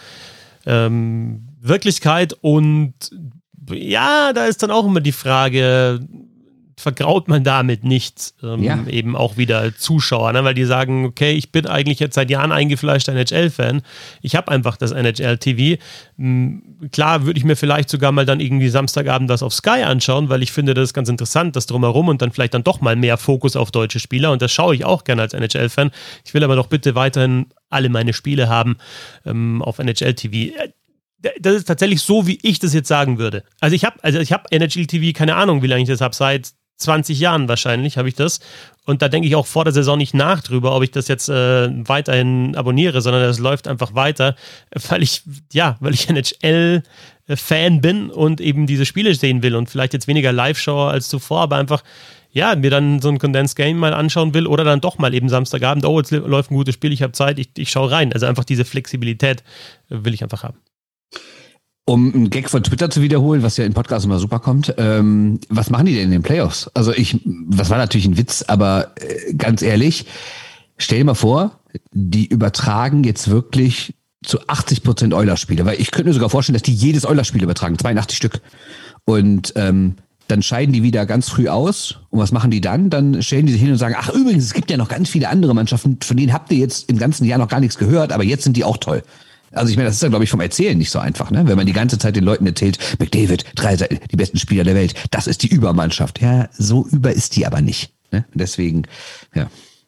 ähm, Wirklichkeit und ja, da ist dann auch immer die Frage, vergraut man damit nicht ähm,
ja.
eben auch wieder Zuschauer, ne? Weil die sagen, okay, ich bin eigentlich jetzt seit Jahren eingefleischter N H L-Fan, ich habe einfach das N H L-T V. Ähm, klar würde ich mir vielleicht sogar mal dann irgendwie Samstagabend das auf Sky anschauen, weil ich finde, das ist ganz interessant, das Drumherum und dann vielleicht dann doch mal mehr Fokus auf deutsche Spieler und das schaue ich auch gerne als N H L-Fan. Ich will aber doch bitte weiterhin alle meine Spiele haben ähm, auf N H L-T V. Das ist tatsächlich so, wie ich das jetzt sagen würde. Also ich habe also ich habe N H L-T V, keine Ahnung, wie lange ich das habe, seit zwanzig Jahren wahrscheinlich habe ich das. Und da denke ich auch vor der Saison nicht nach drüber, ob ich das jetzt äh, weiterhin abonniere, sondern das läuft einfach weiter, weil ich, ja, weil ich N H L-Fan bin und eben diese Spiele sehen will und vielleicht jetzt weniger Live-Schauer als zuvor, aber einfach, ja, mir dann so ein Condensed Game mal anschauen will oder dann doch mal eben Samstagabend, oh, jetzt läuft ein gutes Spiel, ich habe Zeit, ich, ich schaue rein. Also einfach diese Flexibilität will ich einfach haben.
Um einen Gag von Twitter zu wiederholen, was ja in Podcasts immer super kommt, ähm, was machen die denn in den Playoffs? Also ich, das war natürlich ein Witz, aber äh, ganz ehrlich, stell dir mal vor, die übertragen jetzt wirklich zu achtzig Prozent Oilers-Spiele, weil ich könnte mir sogar vorstellen, dass die jedes Oilers-Spiel übertragen, zweiundachtzig Stück. Und ähm, dann scheiden die wieder ganz früh aus. Und was machen die dann? Dann stellen die sich hin und sagen, ach übrigens, es gibt ja noch ganz viele andere Mannschaften, von denen habt ihr jetzt im ganzen Jahr noch gar nichts gehört, aber jetzt sind die auch toll. Also ich meine, das ist ja, glaube ich, vom Erzählen nicht so einfach, ne? Wenn man die ganze Zeit den Leuten erzählt, McDavid, drei die besten Spieler der Welt, das ist die Übermannschaft. Ja, so über ist die aber nicht. Ne? Deswegen, ja.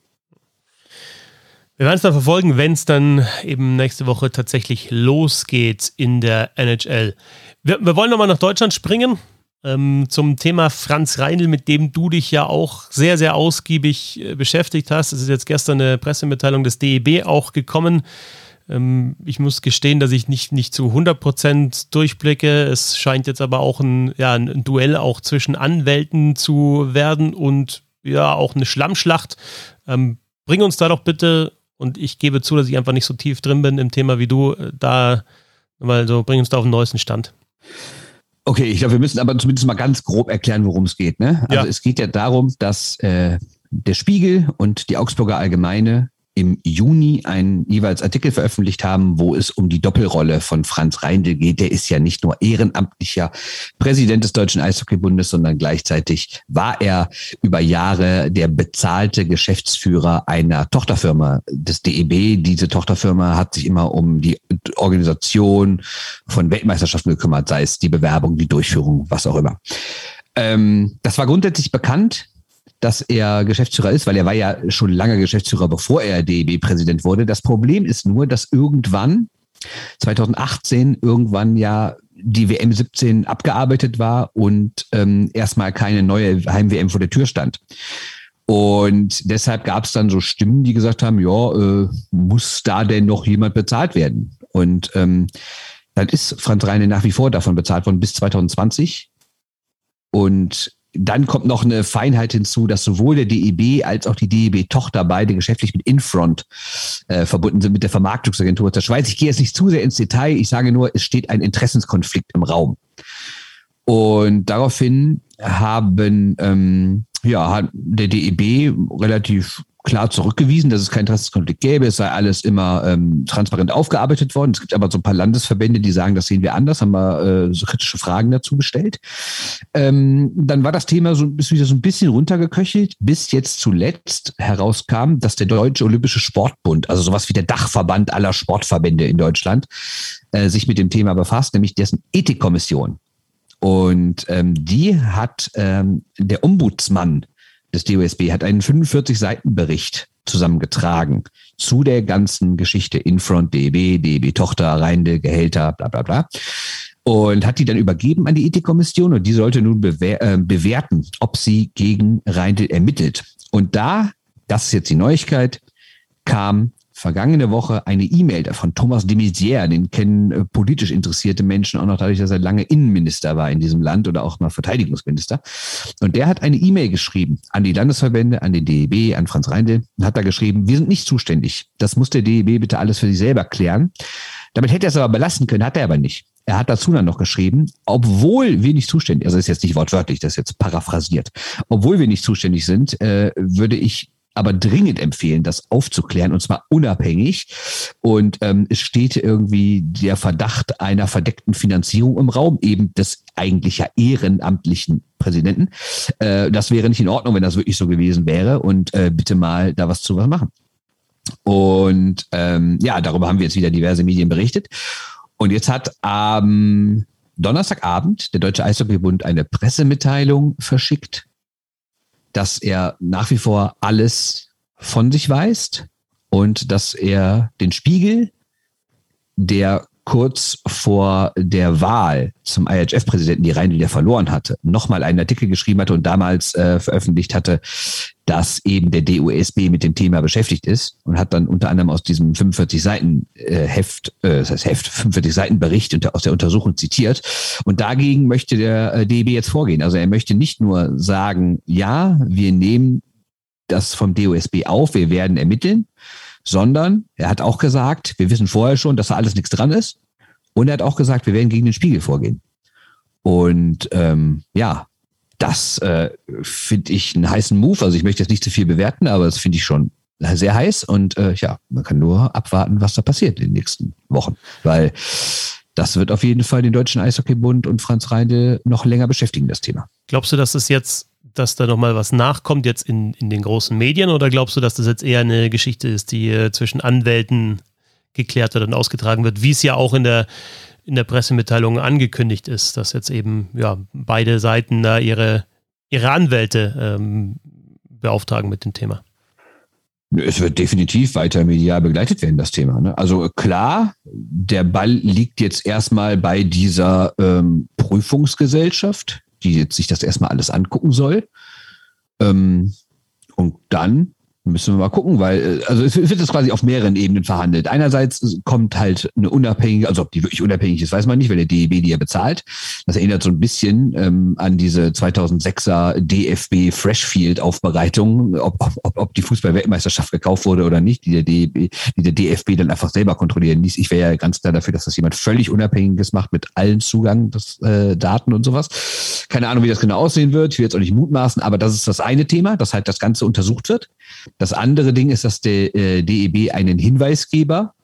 Wir werden es dann verfolgen, wenn es dann eben nächste Woche tatsächlich losgeht in der N H L. Wir, wir wollen nochmal nach Deutschland springen. Ähm, zum Thema Franz Reindl, mit dem du dich ja auch sehr, sehr ausgiebig äh, beschäftigt hast. Es ist jetzt gestern eine Pressemitteilung des D E B auch gekommen. Ich muss gestehen, dass ich nicht, nicht zu hundert Prozent durchblicke. Es scheint jetzt aber auch ein, ja, ein Duell auch zwischen Anwälten zu werden und ja auch eine Schlammschlacht. Ähm, bring uns da doch bitte, und ich gebe zu, dass ich einfach nicht so tief drin bin im Thema wie du, da, weil so bring uns da auf den neuesten Stand.
Okay, ich glaube, wir müssen aber zumindest mal ganz grob erklären, worum es geht. Ne? Also
ja.
Es geht ja darum, dass äh, der Spiegel und die Augsburger Allgemeine im Juni einen jeweils Artikel veröffentlicht haben, wo es um die Doppelrolle von Franz Reindl geht. Der ist ja nicht nur ehrenamtlicher Präsident des Deutschen Eishockeybundes, sondern gleichzeitig war er über Jahre der bezahlte Geschäftsführer einer Tochterfirma des D E B. Diese Tochterfirma hat sich immer um die Organisation von Weltmeisterschaften gekümmert, sei es die Bewerbung, die Durchführung, was auch immer. Ähm, das war grundsätzlich bekannt, dass er Geschäftsführer ist, weil er war ja schon lange Geschäftsführer, bevor er D E B-Präsident wurde. Das Problem ist nur, dass irgendwann, zwanzig achtzehn, irgendwann ja die W M siebzehn abgearbeitet war und ähm, erstmal keine neue Heim-W M vor der Tür stand. Und deshalb gab es dann so Stimmen, die gesagt haben, ja, äh, muss da denn noch jemand bezahlt werden? Und ähm, dann ist Franz Reindl nach wie vor davon bezahlt worden bis zwanzig zwanzig. Und dann kommt noch eine Feinheit hinzu, dass sowohl der D E B als auch die D E B-Tochter beide geschäftlich mit Infront äh, verbunden sind, mit der Vermarktungsagentur der Schweiz. Ich gehe jetzt nicht zu sehr ins Detail, ich sage nur, es steht ein Interessenskonflikt im Raum. Und daraufhin haben ähm, ja, hat der D E B relativ klar zurückgewiesen, dass es keinen Interessenskonflikt gäbe. Es sei alles immer ähm, transparent aufgearbeitet worden. Es gibt aber so ein paar Landesverbände, die sagen, das sehen wir anders, haben wir äh, so kritische Fragen dazu gestellt. Ähm, dann war das Thema so, ist wieder so ein bisschen runtergeköchelt, bis jetzt zuletzt herauskam, dass der Deutsche Olympische Sportbund, also sowas wie der Dachverband aller Sportverbände in Deutschland, äh, sich mit dem Thema befasst, nämlich dessen Ethikkommission. Und ähm, die hat ähm, der Ombudsmann des D O S B hat einen fünfundvierzig Seiten Bericht zusammengetragen zu der ganzen Geschichte Infront, D E B, D E B-Tochter, Reindl, Gehälter, bla bla bla. Und hat die dann übergeben an die Ethikkommission und die sollte nun bewer- äh, bewerten, ob sie gegen Reindl ermittelt. Und da, das ist jetzt die Neuigkeit, kam vergangene Woche eine E-Mail von Thomas de Maizière, den kennen äh, politisch interessierte Menschen auch noch dadurch, dass er lange Innenminister war in diesem Land oder auch mal Verteidigungsminister. Und der hat eine E-Mail geschrieben an die Landesverbände, an den D E B, an Franz Reindl und hat da geschrieben, wir sind nicht zuständig. Das muss der D E B bitte alles für sich selber klären. Damit hätte er es aber belassen können, hat er aber nicht. Er hat dazu dann noch geschrieben, obwohl wir nicht zuständig, also das ist jetzt nicht wortwörtlich, das ist jetzt paraphrasiert, obwohl wir nicht zuständig sind, äh, würde ich aber dringend empfehlen, das aufzuklären, und zwar unabhängig. Und ähm, es steht irgendwie der Verdacht einer verdeckten Finanzierung im Raum, eben des eigentlich ja ehrenamtlichen Präsidenten. Äh, das wäre nicht in Ordnung, wenn das wirklich so gewesen wäre und äh, bitte mal da was zu was machen. Und ähm, ja, darüber haben wir jetzt wieder diverse Medien berichtet. Und jetzt hat am ähm, Donnerstagabend der Deutsche Eishockeybund eine Pressemitteilung verschickt, dass er nach wie vor alles von sich weist und dass er den Spiegel, der kurz vor der Wahl zum I H F-Präsidenten die Reihen wieder verloren hatte, nochmal einen Artikel geschrieben hatte und damals äh, veröffentlicht hatte, dass eben der D O S B mit dem Thema beschäftigt ist und hat dann unter anderem aus diesem fünfundvierzig Seiten äh, Heft, äh, das heißt Heft, fünfundvierzig Seiten Bericht unter, aus der Untersuchung zitiert. Und dagegen möchte der äh, D E B jetzt vorgehen. Also er möchte nicht nur sagen, ja, wir nehmen das vom D O S B auf, wir werden ermitteln, sondern er hat auch gesagt, wir wissen vorher schon, dass da alles nichts dran ist. Und er hat auch gesagt, wir werden gegen den Spiegel vorgehen. Und ähm, ja, das äh, finde ich einen heißen Move. Also ich möchte jetzt nicht zu viel bewerten, aber das finde ich schon sehr heiß. Und äh, ja, man kann nur abwarten, was da passiert in den nächsten Wochen. Weil das wird auf jeden Fall den Deutschen Eishockeybund und Franz Reindl noch länger beschäftigen, das Thema.
Glaubst du, dass es jetzt dass da nochmal was nachkommt jetzt in, in den großen Medien oder glaubst du, dass das jetzt eher eine Geschichte ist, die äh, zwischen Anwälten geklärt wird und ausgetragen wird, wie es ja auch in der, in der Pressemitteilung angekündigt ist, dass jetzt eben ja beide Seiten da ihre, ihre Anwälte ähm, beauftragen mit dem Thema?
Es wird definitiv weiter medial begleitet werden, das Thema. Ne? Also klar, der Ball liegt jetzt erstmal bei dieser ähm, Prüfungsgesellschaft, die jetzt sich das erstmal alles angucken soll. Ähm, und dann müssen wir mal gucken, weil also es wird jetzt quasi auf mehreren Ebenen verhandelt. Einerseits kommt halt eine unabhängige, also ob die wirklich unabhängig ist, weiß man nicht, weil der D E B die ja bezahlt. Das erinnert so ein bisschen ähm, an diese zweitausendsechser D F B Freshfield-Aufbereitung, ob, ob, ob die Fußball-Weltmeisterschaft gekauft wurde oder nicht, die der, D E B, die der D F B dann einfach selber kontrollieren ließ. Ich wäre ja ganz klar dafür, dass das jemand völlig Unabhängiges macht mit allen Zugang des äh, Daten und sowas. Keine Ahnung, wie das genau aussehen wird. Ich will jetzt auch nicht mutmaßen, aber das ist das eine Thema, dass halt das Ganze untersucht wird. Das andere Ding ist, dass der äh, D E B einen Hinweisgeber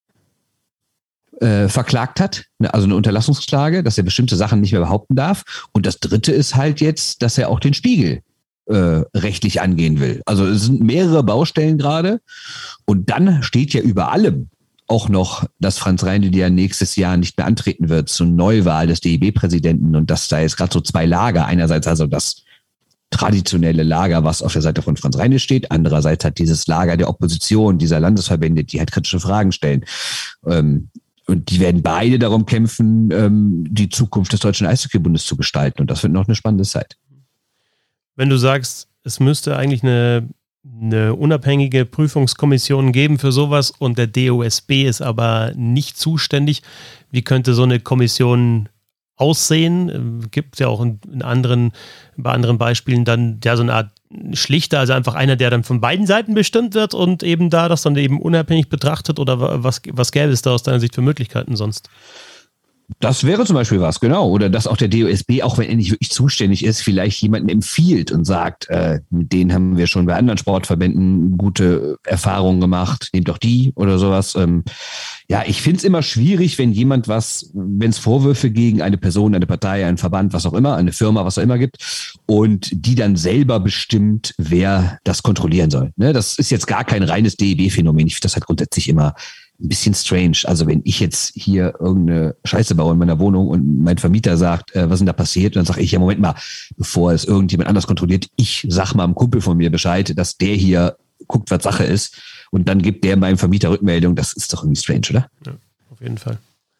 äh, verklagt hat, also eine Unterlassungsklage, dass er bestimmte Sachen nicht mehr behaupten darf. Und das dritte ist halt jetzt, dass er auch den Spiegel äh, rechtlich angehen will. Also es sind mehrere Baustellen gerade. Und dann steht ja über allem auch noch, dass Franz Reindl ja nächstes Jahr nicht mehr antreten wird zur Neuwahl des D E B-Präsidenten und dass da jetzt gerade so zwei Lager, einerseits also das traditionelle Lager, was auf der Seite von Franz Reindl steht. Andererseits hat dieses Lager der Opposition, dieser Landesverbände, die halt kritische Fragen stellen. Ähm, und die werden beide darum kämpfen, ähm, die Zukunft des Deutschen Eishockeybundes zu gestalten. Und das wird noch eine spannende Zeit.
Wenn du sagst, es müsste eigentlich eine, eine unabhängige Prüfungskommission geben für sowas und der D O S B ist aber nicht zuständig, wie könnte so eine Kommission aussehen? Gibt es ja auch in, in anderen, bei anderen Beispielen dann ja so eine Art Schlichter, also einfach einer, der dann von beiden Seiten bestimmt wird und eben da das dann eben unabhängig betrachtet oder was, was gäbe es da aus deiner Sicht für Möglichkeiten sonst?
Das wäre zum Beispiel was, genau. Oder dass auch der D O S B, auch wenn er nicht wirklich zuständig ist, vielleicht jemanden empfiehlt und sagt, äh, mit denen haben wir schon bei anderen Sportverbänden gute Erfahrungen gemacht, nehmt doch die oder sowas. Ähm, ja, ich finde es immer schwierig, wenn jemand was, wenn es Vorwürfe gegen eine Person, eine Partei, einen Verband, was auch immer, eine Firma, was auch immer gibt und die dann selber bestimmt, wer das kontrollieren soll. Ne? Das ist jetzt gar kein reines D E B-Phänomen. Ich finde das halt grundsätzlich immer ein bisschen strange. Also wenn ich jetzt hier irgendeine Scheiße baue in meiner Wohnung und mein Vermieter sagt, äh, was ist denn da passiert? Und dann sage ich, ja, Moment mal, bevor es irgendjemand anders kontrolliert, ich sag mal einem Kumpel von mir Bescheid, dass der hier guckt, was Sache ist. Und dann gibt der meinem Vermieter Rückmeldung. Das ist doch irgendwie strange, oder?
Ja, auf jeden Fall.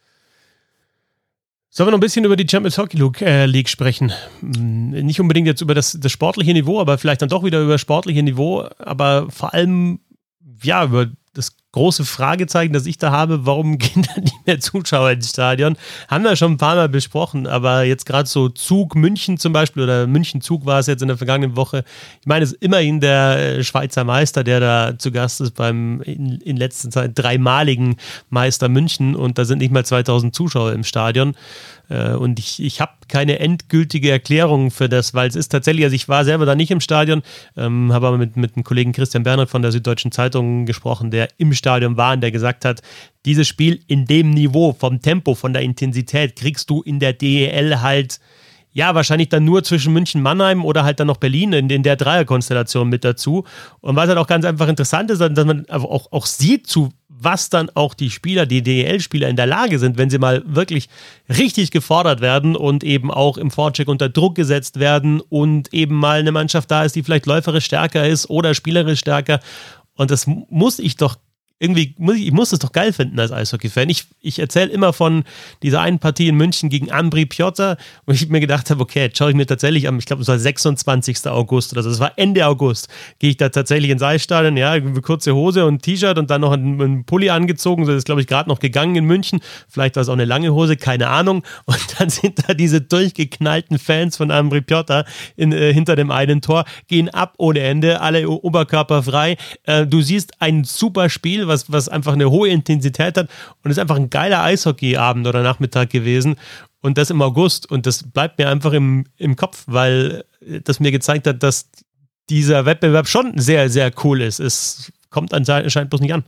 Sollen wir noch ein bisschen über die Champions Hockey League sprechen? Nicht unbedingt jetzt über das, das sportliche Niveau, aber vielleicht dann doch wieder über das sportliche Niveau, aber vor allem, ja, über das große Fragezeichen, das ich da habe, warum gehen da nicht mehr Zuschauer ins Stadion? Haben wir schon ein paar Mal besprochen, aber jetzt gerade so Zug München zum Beispiel oder München-Zug war es jetzt in der vergangenen Woche. Ich meine, es ist immerhin der Schweizer Meister, der da zu Gast ist beim in, in letzter Zeit dreimaligen Meister München und da sind nicht mal zweitausend Zuschauer im Stadion. Und ich, ich habe keine endgültige Erklärung für das, weil es ist tatsächlich, also ich war selber da nicht im Stadion, ähm, habe aber mit, mit dem Kollegen Christian Bernhard von der Süddeutschen Zeitung gesprochen, der im Stadion war und der gesagt hat, dieses Spiel in dem Niveau, vom Tempo, von der Intensität kriegst du in der D E L halt Ja, wahrscheinlich dann nur zwischen München, Mannheim oder halt dann noch Berlin in, in der Dreierkonstellation mit dazu. Und was halt auch ganz einfach interessant ist, dass man auch, auch sieht, zu was dann auch die Spieler, die D E L-Spieler in der Lage sind, wenn sie mal wirklich richtig gefordert werden und eben auch im Vorcheck unter Druck gesetzt werden und eben mal eine Mannschaft da ist, die vielleicht läuferisch stärker ist oder spielerisch stärker. Und das muss ich doch irgendwie, muss ich, ich muss das doch geil finden als Eishockey-Fan. Ich, ich erzähle immer von dieser einen Partie in München gegen Ambri Piotta, wo ich mir gedacht habe, okay, jetzt schaue ich mir tatsächlich am, ich glaube, es war sechsundzwanzigsten August oder so, das war Ende August, gehe ich da tatsächlich ins Eisstadion, ja, kurze Hose und T-Shirt und dann noch einen, einen Pulli angezogen, so ist, glaube ich, gerade noch gegangen in München, vielleicht war es auch eine lange Hose, keine Ahnung, und dann sind da diese durchgeknallten Fans von Ambri Piotta in, äh, hinter dem einen Tor, gehen ab ohne Ende, alle oberkörperfrei, äh, du siehst ein super Spiel, was, was einfach eine hohe Intensität hat und es ist einfach ein geiler Eishockey-Abend oder Nachmittag gewesen und das im August und das bleibt mir einfach im, im Kopf, weil das mir gezeigt hat, dass dieser Wettbewerb schon sehr, sehr cool ist. Es kommt anscheinend bloß nicht an.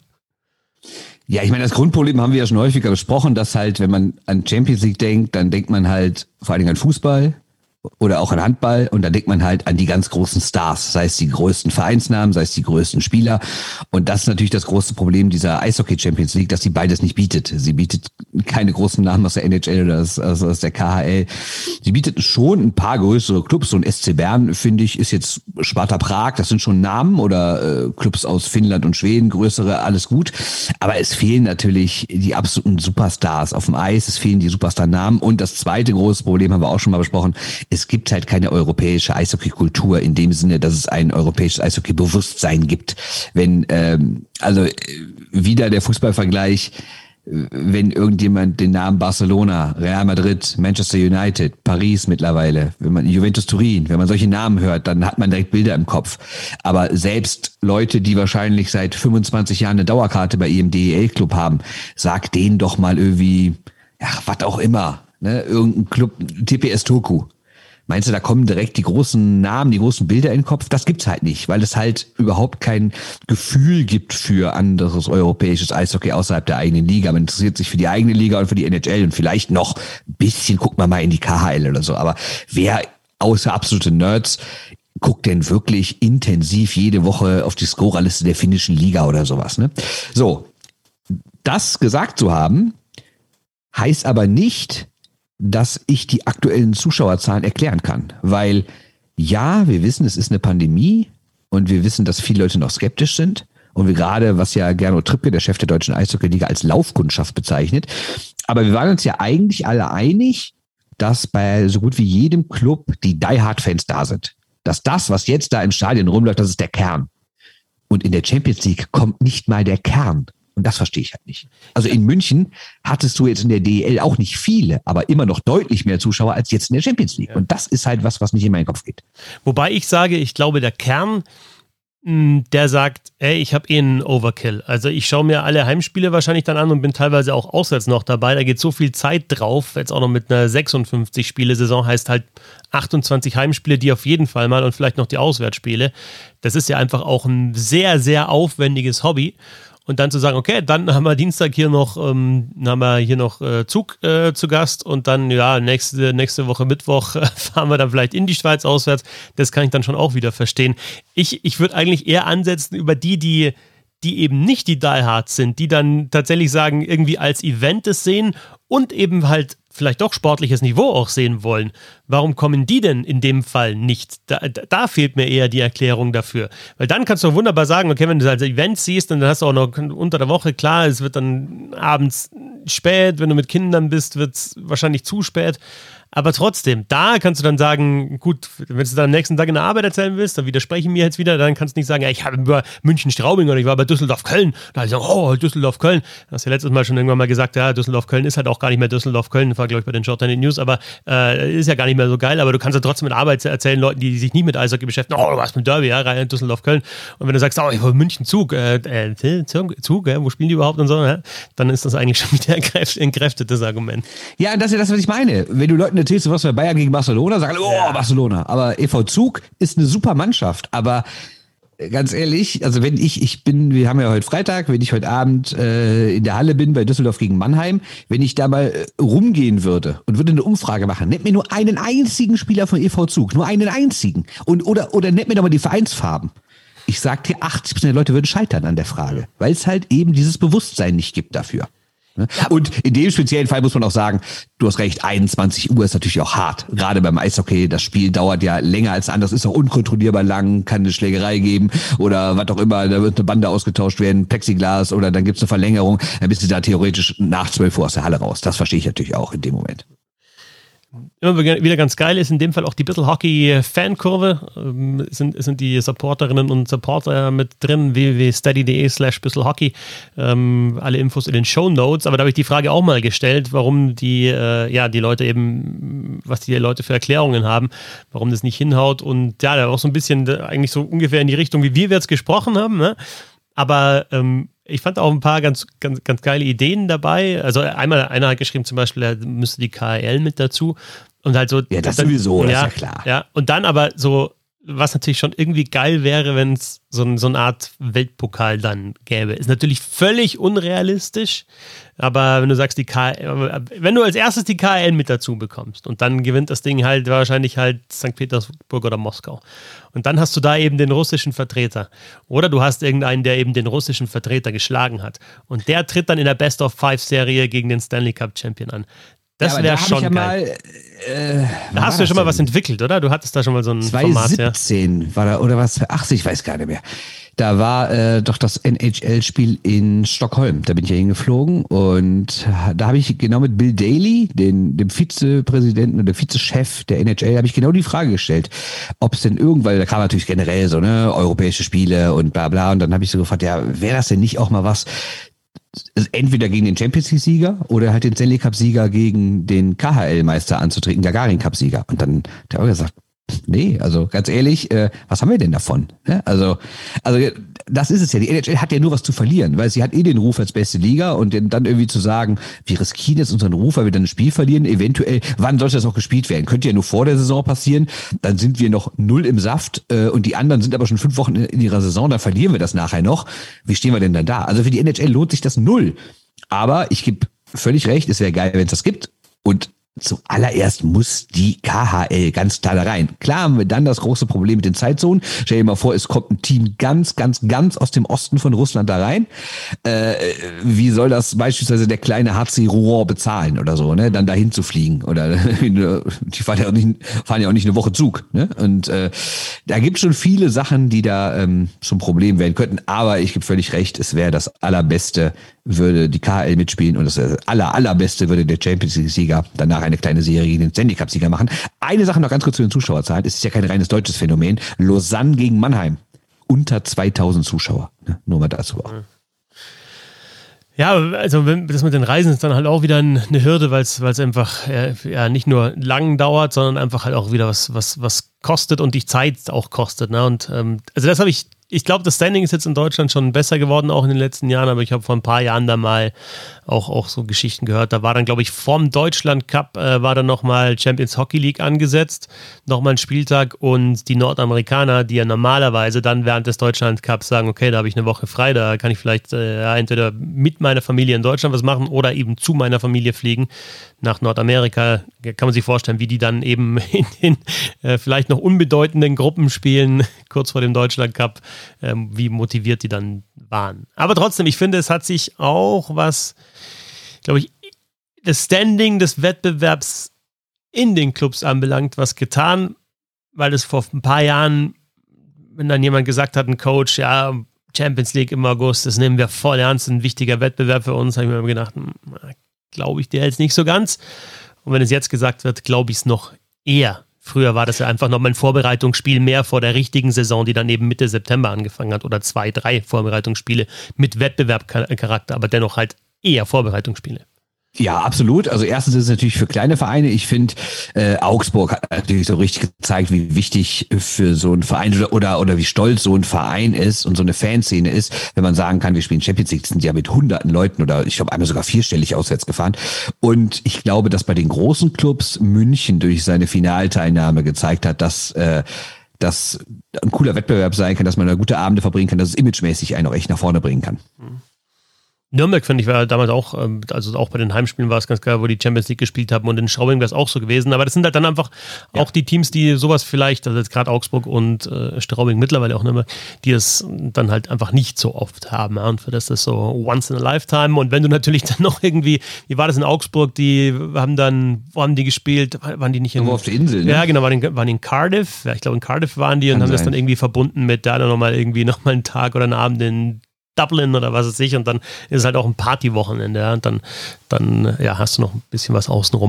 Ja, ich meine, das Grundproblem haben wir ja schon häufiger besprochen, dass halt, wenn man an Champions League denkt, dann denkt man halt vor allen Dingen an Fußball oder auch an Handball und da denkt man halt an die ganz großen Stars, sei es die größten Vereinsnamen, sei es die größten Spieler und das ist natürlich das große Problem dieser Eishockey Champions League, dass sie beides nicht bietet. Sie bietet keine großen Namen aus der N H L oder aus, also aus der K H L. Sie bietet schon ein paar größere Clubs, so ein S C Bern, finde ich, ist jetzt Sparta Prag, das sind schon Namen oder äh, Clubs aus Finnland und Schweden, größere, alles gut, aber es fehlen natürlich die absoluten Superstars auf dem Eis, es fehlen die Superstar-Namen und das zweite große Problem haben wir auch schon mal besprochen, es gibt halt keine europäische Eishockey-Kultur in dem Sinne, dass es ein europäisches Eishockey-Bewusstsein gibt. Wenn, ähm, also wieder der Fußballvergleich, wenn irgendjemand den Namen Barcelona, Real Madrid, Manchester United, Paris mittlerweile, wenn man Juventus Turin, wenn man solche Namen hört, dann hat man direkt Bilder im Kopf. Aber selbst Leute, die wahrscheinlich seit fünfundzwanzig Jahren eine Dauerkarte bei ihrem D E L-Club haben, sagt denen doch mal irgendwie, ja, was auch immer, ne, irgendein Club, T P S Turku. Meinst du, da kommen direkt die großen Namen, die großen Bilder in den Kopf? Das gibt's halt nicht, weil es halt überhaupt kein Gefühl gibt für anderes europäisches Eishockey außerhalb der eigenen Liga. Man interessiert sich für die eigene Liga und für die N H L und vielleicht noch ein bisschen guckt man mal in die K H L oder so. Aber wer außer absolute Nerds guckt denn wirklich intensiv jede Woche auf die Scorerliste der finnischen Liga oder sowas, ne? So, das gesagt zu haben, heißt aber nicht, dass ich die aktuellen Zuschauerzahlen erklären kann. Weil ja, wir wissen, es ist eine Pandemie und wir wissen, dass viele Leute noch skeptisch sind und wir gerade, was ja Gernot Trippke, der Chef der Deutschen Eishockey-Liga, als Laufkundschaft bezeichnet. Aber wir waren uns ja eigentlich alle einig, dass bei so gut wie jedem Club die Die-Hard-Fans da sind. Dass das, was jetzt da im Stadion rumläuft, das ist der Kern. Und in der Champions League kommt nicht mal der Kern. Und das verstehe ich halt nicht. Also in München hattest du jetzt in der D E L auch nicht viele, aber immer noch deutlich mehr Zuschauer als jetzt in der Champions League. Ja. Und das ist halt was, was nicht in meinen Kopf geht.
Wobei ich sage, ich glaube, der Kern, der sagt, ey, ich habe eh einen Overkill. Also ich schaue mir alle Heimspiele wahrscheinlich dann an und bin teilweise auch auswärts noch dabei. Da geht so viel Zeit drauf, jetzt auch noch mit einer sechsundfünfzig-Spiele-Saison, heißt halt achtundzwanzig Heimspiele, die auf jeden Fall mal und vielleicht noch die Auswärtsspiele. Das ist ja einfach auch ein sehr, sehr aufwendiges Hobby. Und dann zu sagen, okay, dann haben wir Dienstag hier noch, ähm, haben wir hier noch äh, Zug äh, zu Gast und dann, ja, nächste, nächste Woche Mittwoch äh, fahren wir dann vielleicht in die Schweiz auswärts. Das kann ich dann schon auch wieder verstehen. Ich, ich würde eigentlich eher ansetzen über die, die, die eben nicht die Diehards sind, die dann tatsächlich sagen, irgendwie als Event es sehen und eben halt vielleicht doch sportliches Niveau auch sehen wollen. Warum kommen die denn in dem Fall nicht? Da, da fehlt mir eher die Erklärung dafür. Weil dann kannst du wunderbar sagen, okay, wenn du das als Event siehst, dann hast du auch noch unter der Woche, klar, es wird dann abends spät, wenn du mit Kindern bist, wird es wahrscheinlich zu spät. Aber trotzdem, da kannst du dann sagen, gut, wenn du dann am nächsten Tag in der Arbeit erzählen willst, dann widerspreche ich mir jetzt wieder, dann kannst du nicht sagen, ja, ich habe über München-Straubing oder ich war bei Düsseldorf-Köln. Da habe ich gesagt, oh, Düsseldorf-Köln. Du hast ja letztes Mal schon irgendwann mal gesagt, ja, Düsseldorf-Köln ist halt auch gar nicht mehr Düsseldorf-Köln, war, glaube ich, bei den Shorthand News, aber äh, ist ja gar nicht mehr so geil, aber du kannst ja trotzdem mit Arbeit erzählen, Leuten, die sich nicht mit Eishockey beschäftigen, oh, du warst mit Derby, ja, rein Düsseldorf-Köln. Und wenn du sagst, oh, ich war München-Zug, äh, äh, Zug, äh, wo spielen die überhaupt und so, ja, dann ist das eigentlich schon wieder ein entkräftetes Argument.
Ja, das ist ja das, was ich meine. Wenn du Leuten erzählst, was bei Bayern gegen Barcelona, sagen, oh, ja. Barcelona. Aber E V Zug ist eine super Mannschaft. Aber ganz ehrlich, also wenn ich, ich bin, wir haben ja heute Freitag, wenn ich heute Abend äh, in der Halle bin bei Düsseldorf gegen Mannheim, wenn ich da mal äh, rumgehen würde und würde eine Umfrage machen, nennt mir nur einen einzigen Spieler von E V Zug, nur einen einzigen. Und, oder, oder nennt mir doch mal die Vereinsfarben. Ich sag dir, achtzig Prozent der Leute würden scheitern an der Frage, weil es halt eben dieses Bewusstsein nicht gibt dafür. Ja. Und in dem speziellen Fall muss man auch sagen, du hast recht, einundzwanzig Uhr ist natürlich auch hart. Gerade beim Eishockey, das Spiel dauert ja länger als anders, ist auch unkontrollierbar lang, kann eine Schlägerei geben oder was auch immer, da wird eine Bande ausgetauscht werden, Plexiglas oder dann gibt's eine Verlängerung, dann bist du da theoretisch nach zwölf Uhr aus der Halle raus. Das verstehe ich natürlich auch in dem Moment.
Immer wieder ganz geil ist in dem Fall auch die Bissl Hockey Fankurve. Ähm, sind, sind die Supporterinnen und Supporter mit drin, w w w punkt steady punkt de slash Bissl Hockey. Ähm, alle Infos in den Shownotes. Aber da habe ich die Frage auch mal gestellt, warum die, äh, ja, die Leute eben, was die Leute für Erklärungen haben, warum das nicht hinhaut. Und ja, da auch so ein bisschen eigentlich so ungefähr in die Richtung, wie wir jetzt gesprochen haben. Ne? Aber ähm, ich fand auch ein paar ganz, ganz, ganz geile Ideen dabei. Also einmal, einer hat geschrieben zum Beispiel, da müsste die K H L mit dazu. Und halt so.
Ja, das dann, sowieso, das
ja,
ist ja klar.
Ja, und dann aber so, was natürlich schon irgendwie geil wäre, wenn es so, so eine Art Weltpokal dann gäbe. Ist natürlich völlig unrealistisch, aber wenn du sagst, die K H L, wenn du als erstes die K H L mit dazu bekommst und dann gewinnt das Ding halt wahrscheinlich halt Sankt Petersburg oder Moskau. Und dann hast du da eben den russischen Vertreter. Oder du hast irgendeinen, der eben den russischen Vertreter geschlagen hat. Und der tritt dann in der Best-of-Five-Serie gegen den Stanley Cup-Champion an. Das ja, wäre schon ja geil. Mal, äh, da hast du ja schon mal was entwickelt, oder? Du hattest da schon mal so ein Format.
zwanzig siebzehn ja. war da, oder was? Ach, ich weiß gar nicht mehr. Da war äh, doch das N H L-Spiel in Stockholm. Da bin ich ja hingeflogen und da habe ich genau mit Bill Daly, den, dem Vizepräsidenten oder Vizechef der N H L, habe ich genau die Frage gestellt, ob es denn irgendwann, da kam natürlich generell so, ne, europäische Spiele und bla bla. Und dann habe ich so gefragt, ja, wäre das denn nicht auch mal was, entweder gegen den Champions League-Sieger oder halt den Stanley Cup-Sieger gegen den K H L-Meister anzutreten, Gagarin-Cup-Sieger. Und dann hat er auch gesagt, nee, also ganz ehrlich, äh, was haben wir denn davon? Ja, also, also das ist es ja. Die N H L hat ja nur was zu verlieren, weil sie hat eh den Ruf als beste Liga und dann irgendwie zu sagen, wir riskieren jetzt unseren Ruf, weil wir dann ein Spiel verlieren, eventuell, wann sollte das auch gespielt werden? Könnte ja nur vor der Saison passieren, dann sind wir noch null im Saft äh, und die anderen sind aber schon fünf Wochen in, in ihrer Saison, dann verlieren wir das nachher noch. Wie stehen wir denn dann da? Also für die N H L lohnt sich das null. Aber ich gebe völlig recht, es wäre geil, wenn es das gibt und zuallererst muss die K H L ganz klar da rein. Klar haben wir dann das große Problem mit den Zeitzonen. Stell dir mal vor, es kommt ein Team ganz, ganz, ganz aus dem Osten von Russland da rein. Äh, wie soll das beispielsweise der kleine H C Rouen bezahlen oder so, ne? Dann dahin zu fliegen oder die fahren ja auch nicht, fahren ja auch nicht eine Woche Zug, ne? Und äh, da gibt es schon viele Sachen, die da ähm, zum Problem werden könnten. Aber ich gebe völlig recht, es wäre das Allerbeste, würde die K H L mitspielen und das aller, allerbeste würde der Champions League-Sieger danach eine kleine Serie gegen den Stanley Cup-Sieger machen. Eine Sache noch ganz kurz zu den Zuschauerzahlen. Es ist ja kein reines deutsches Phänomen. Lausanne gegen Mannheim. Unter zweitausend Zuschauer. Ne? Nur mal dazu auch.
Ja, also das mit den Reisen ist dann halt auch wieder eine Hürde, weil es einfach äh, ja nicht nur lang dauert, sondern einfach halt auch wieder was, was, was kostet und die Zeit auch kostet. Ne? Und ähm, also das habe ich, ich glaube, das Standing ist jetzt in Deutschland schon besser geworden, auch in den letzten Jahren, aber ich habe vor ein paar Jahren da mal auch, auch so Geschichten gehört. Da war dann, glaube ich, vorm Deutschland Cup äh, war dann nochmal Champions Hockey League angesetzt, nochmal ein Spieltag und die Nordamerikaner, die ja normalerweise dann während des Deutschland Cups sagen, okay, da habe ich eine Woche frei, da kann ich vielleicht äh, entweder mit meiner Familie in Deutschland was machen oder eben zu meiner Familie fliegen nach Nordamerika. Kann man sich vorstellen, wie die dann eben in den äh, vielleicht noch unbedeutenden Gruppenspielen kurz vor dem Deutschland Cup, ähm, wie motiviert die dann waren. Aber trotzdem, ich finde, es hat sich auch was, glaube ich, das Standing des Wettbewerbs in den Clubs anbelangt, was getan, weil es vor ein paar Jahren, wenn dann jemand gesagt hat, ein Coach, ja, Champions League im August, das nehmen wir voll ernst, ein wichtiger Wettbewerb für uns, habe ich mir gedacht, glaube ich dir jetzt nicht so ganz. Und wenn es jetzt gesagt wird, glaube ich es noch eher. Früher war das ja einfach noch mal ein Vorbereitungsspiel mehr vor der richtigen Saison, die dann eben Mitte September angefangen hat oder zwei, drei Vorbereitungsspiele mit Wettbewerbscharakter, aber dennoch halt eher Vorbereitungsspiele.
Ja, absolut. Also erstens ist es natürlich für kleine Vereine. Ich finde, äh, Augsburg hat natürlich so richtig gezeigt, wie wichtig für so ein Verein oder, oder oder wie stolz so ein Verein ist und so eine Fanszene ist, wenn man sagen kann, wir spielen Champions League, sind ja mit hunderten Leuten oder ich glaube einmal sogar vierstellig auswärts gefahren. Und ich glaube, dass bei den großen Clubs München durch seine Finalteilnahme gezeigt hat, dass äh, das ein cooler Wettbewerb sein kann, dass man da gute Abende verbringen kann, dass es imagemäßig einen auch echt nach vorne bringen kann.
Nürnberg, finde ich, war damals auch, also auch bei den Heimspielen war es ganz geil, wo die Champions League gespielt haben, und in Straubing wäre es auch so gewesen. Aber das sind halt dann einfach ja. auch die Teams, die sowas vielleicht, also jetzt gerade Augsburg und äh, Straubing mittlerweile auch Nürnberg, die es dann halt einfach nicht so oft haben. Ja? Und für das ist so once in a lifetime. Und wenn du natürlich dann noch irgendwie, wie war das in Augsburg, die haben dann, wo haben die gespielt? Waren die nicht in...
Nur auf der Insel, ne?
Ja, genau, waren die, waren die in Cardiff. Ja, ich glaube in Cardiff waren die und Kann haben sein. das dann irgendwie verbunden mit da dann nochmal irgendwie nochmal einen Tag oder einen Abend in Dublin oder was weiß ich, und dann ist es halt auch ein Partywochenende, ja, und dann, dann ja, hast du noch ein bisschen was außenrum.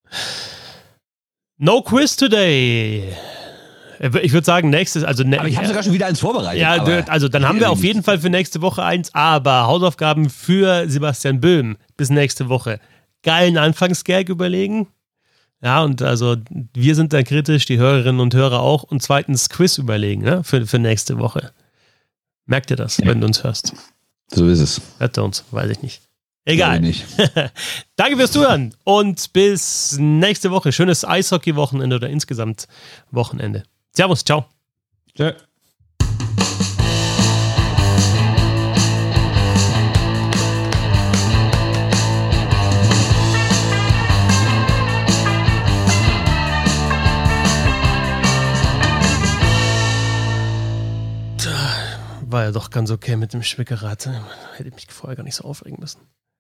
No Quiz today. Ich würde sagen, nächstes, also ne,
aber ich habe sogar schon wieder eins vorbereitet.
Ja, also dann haben wir auf jeden Fall für nächste Woche eins, aber Hausaufgaben für Sebastian Böhm bis nächste Woche. Geilen Anfangsgag überlegen. Ja, und also wir sind da kritisch, die Hörerinnen und Hörer auch, und zweitens Quiz überlegen, ne, für, für nächste Woche. Merkt ihr das, ja. wenn du uns hörst?
So ist es.
Hört ihr uns? Weiß ich nicht. Egal.
Nicht.
Danke fürs Zuhören und bis nächste Woche. Schönes Eishockey-Wochenende oder insgesamt Wochenende. Servus, ciao.
Tschö.
War ja doch ganz okay mit dem Schwickerrad. Hätte ich mich vorher gar nicht so aufregen müssen.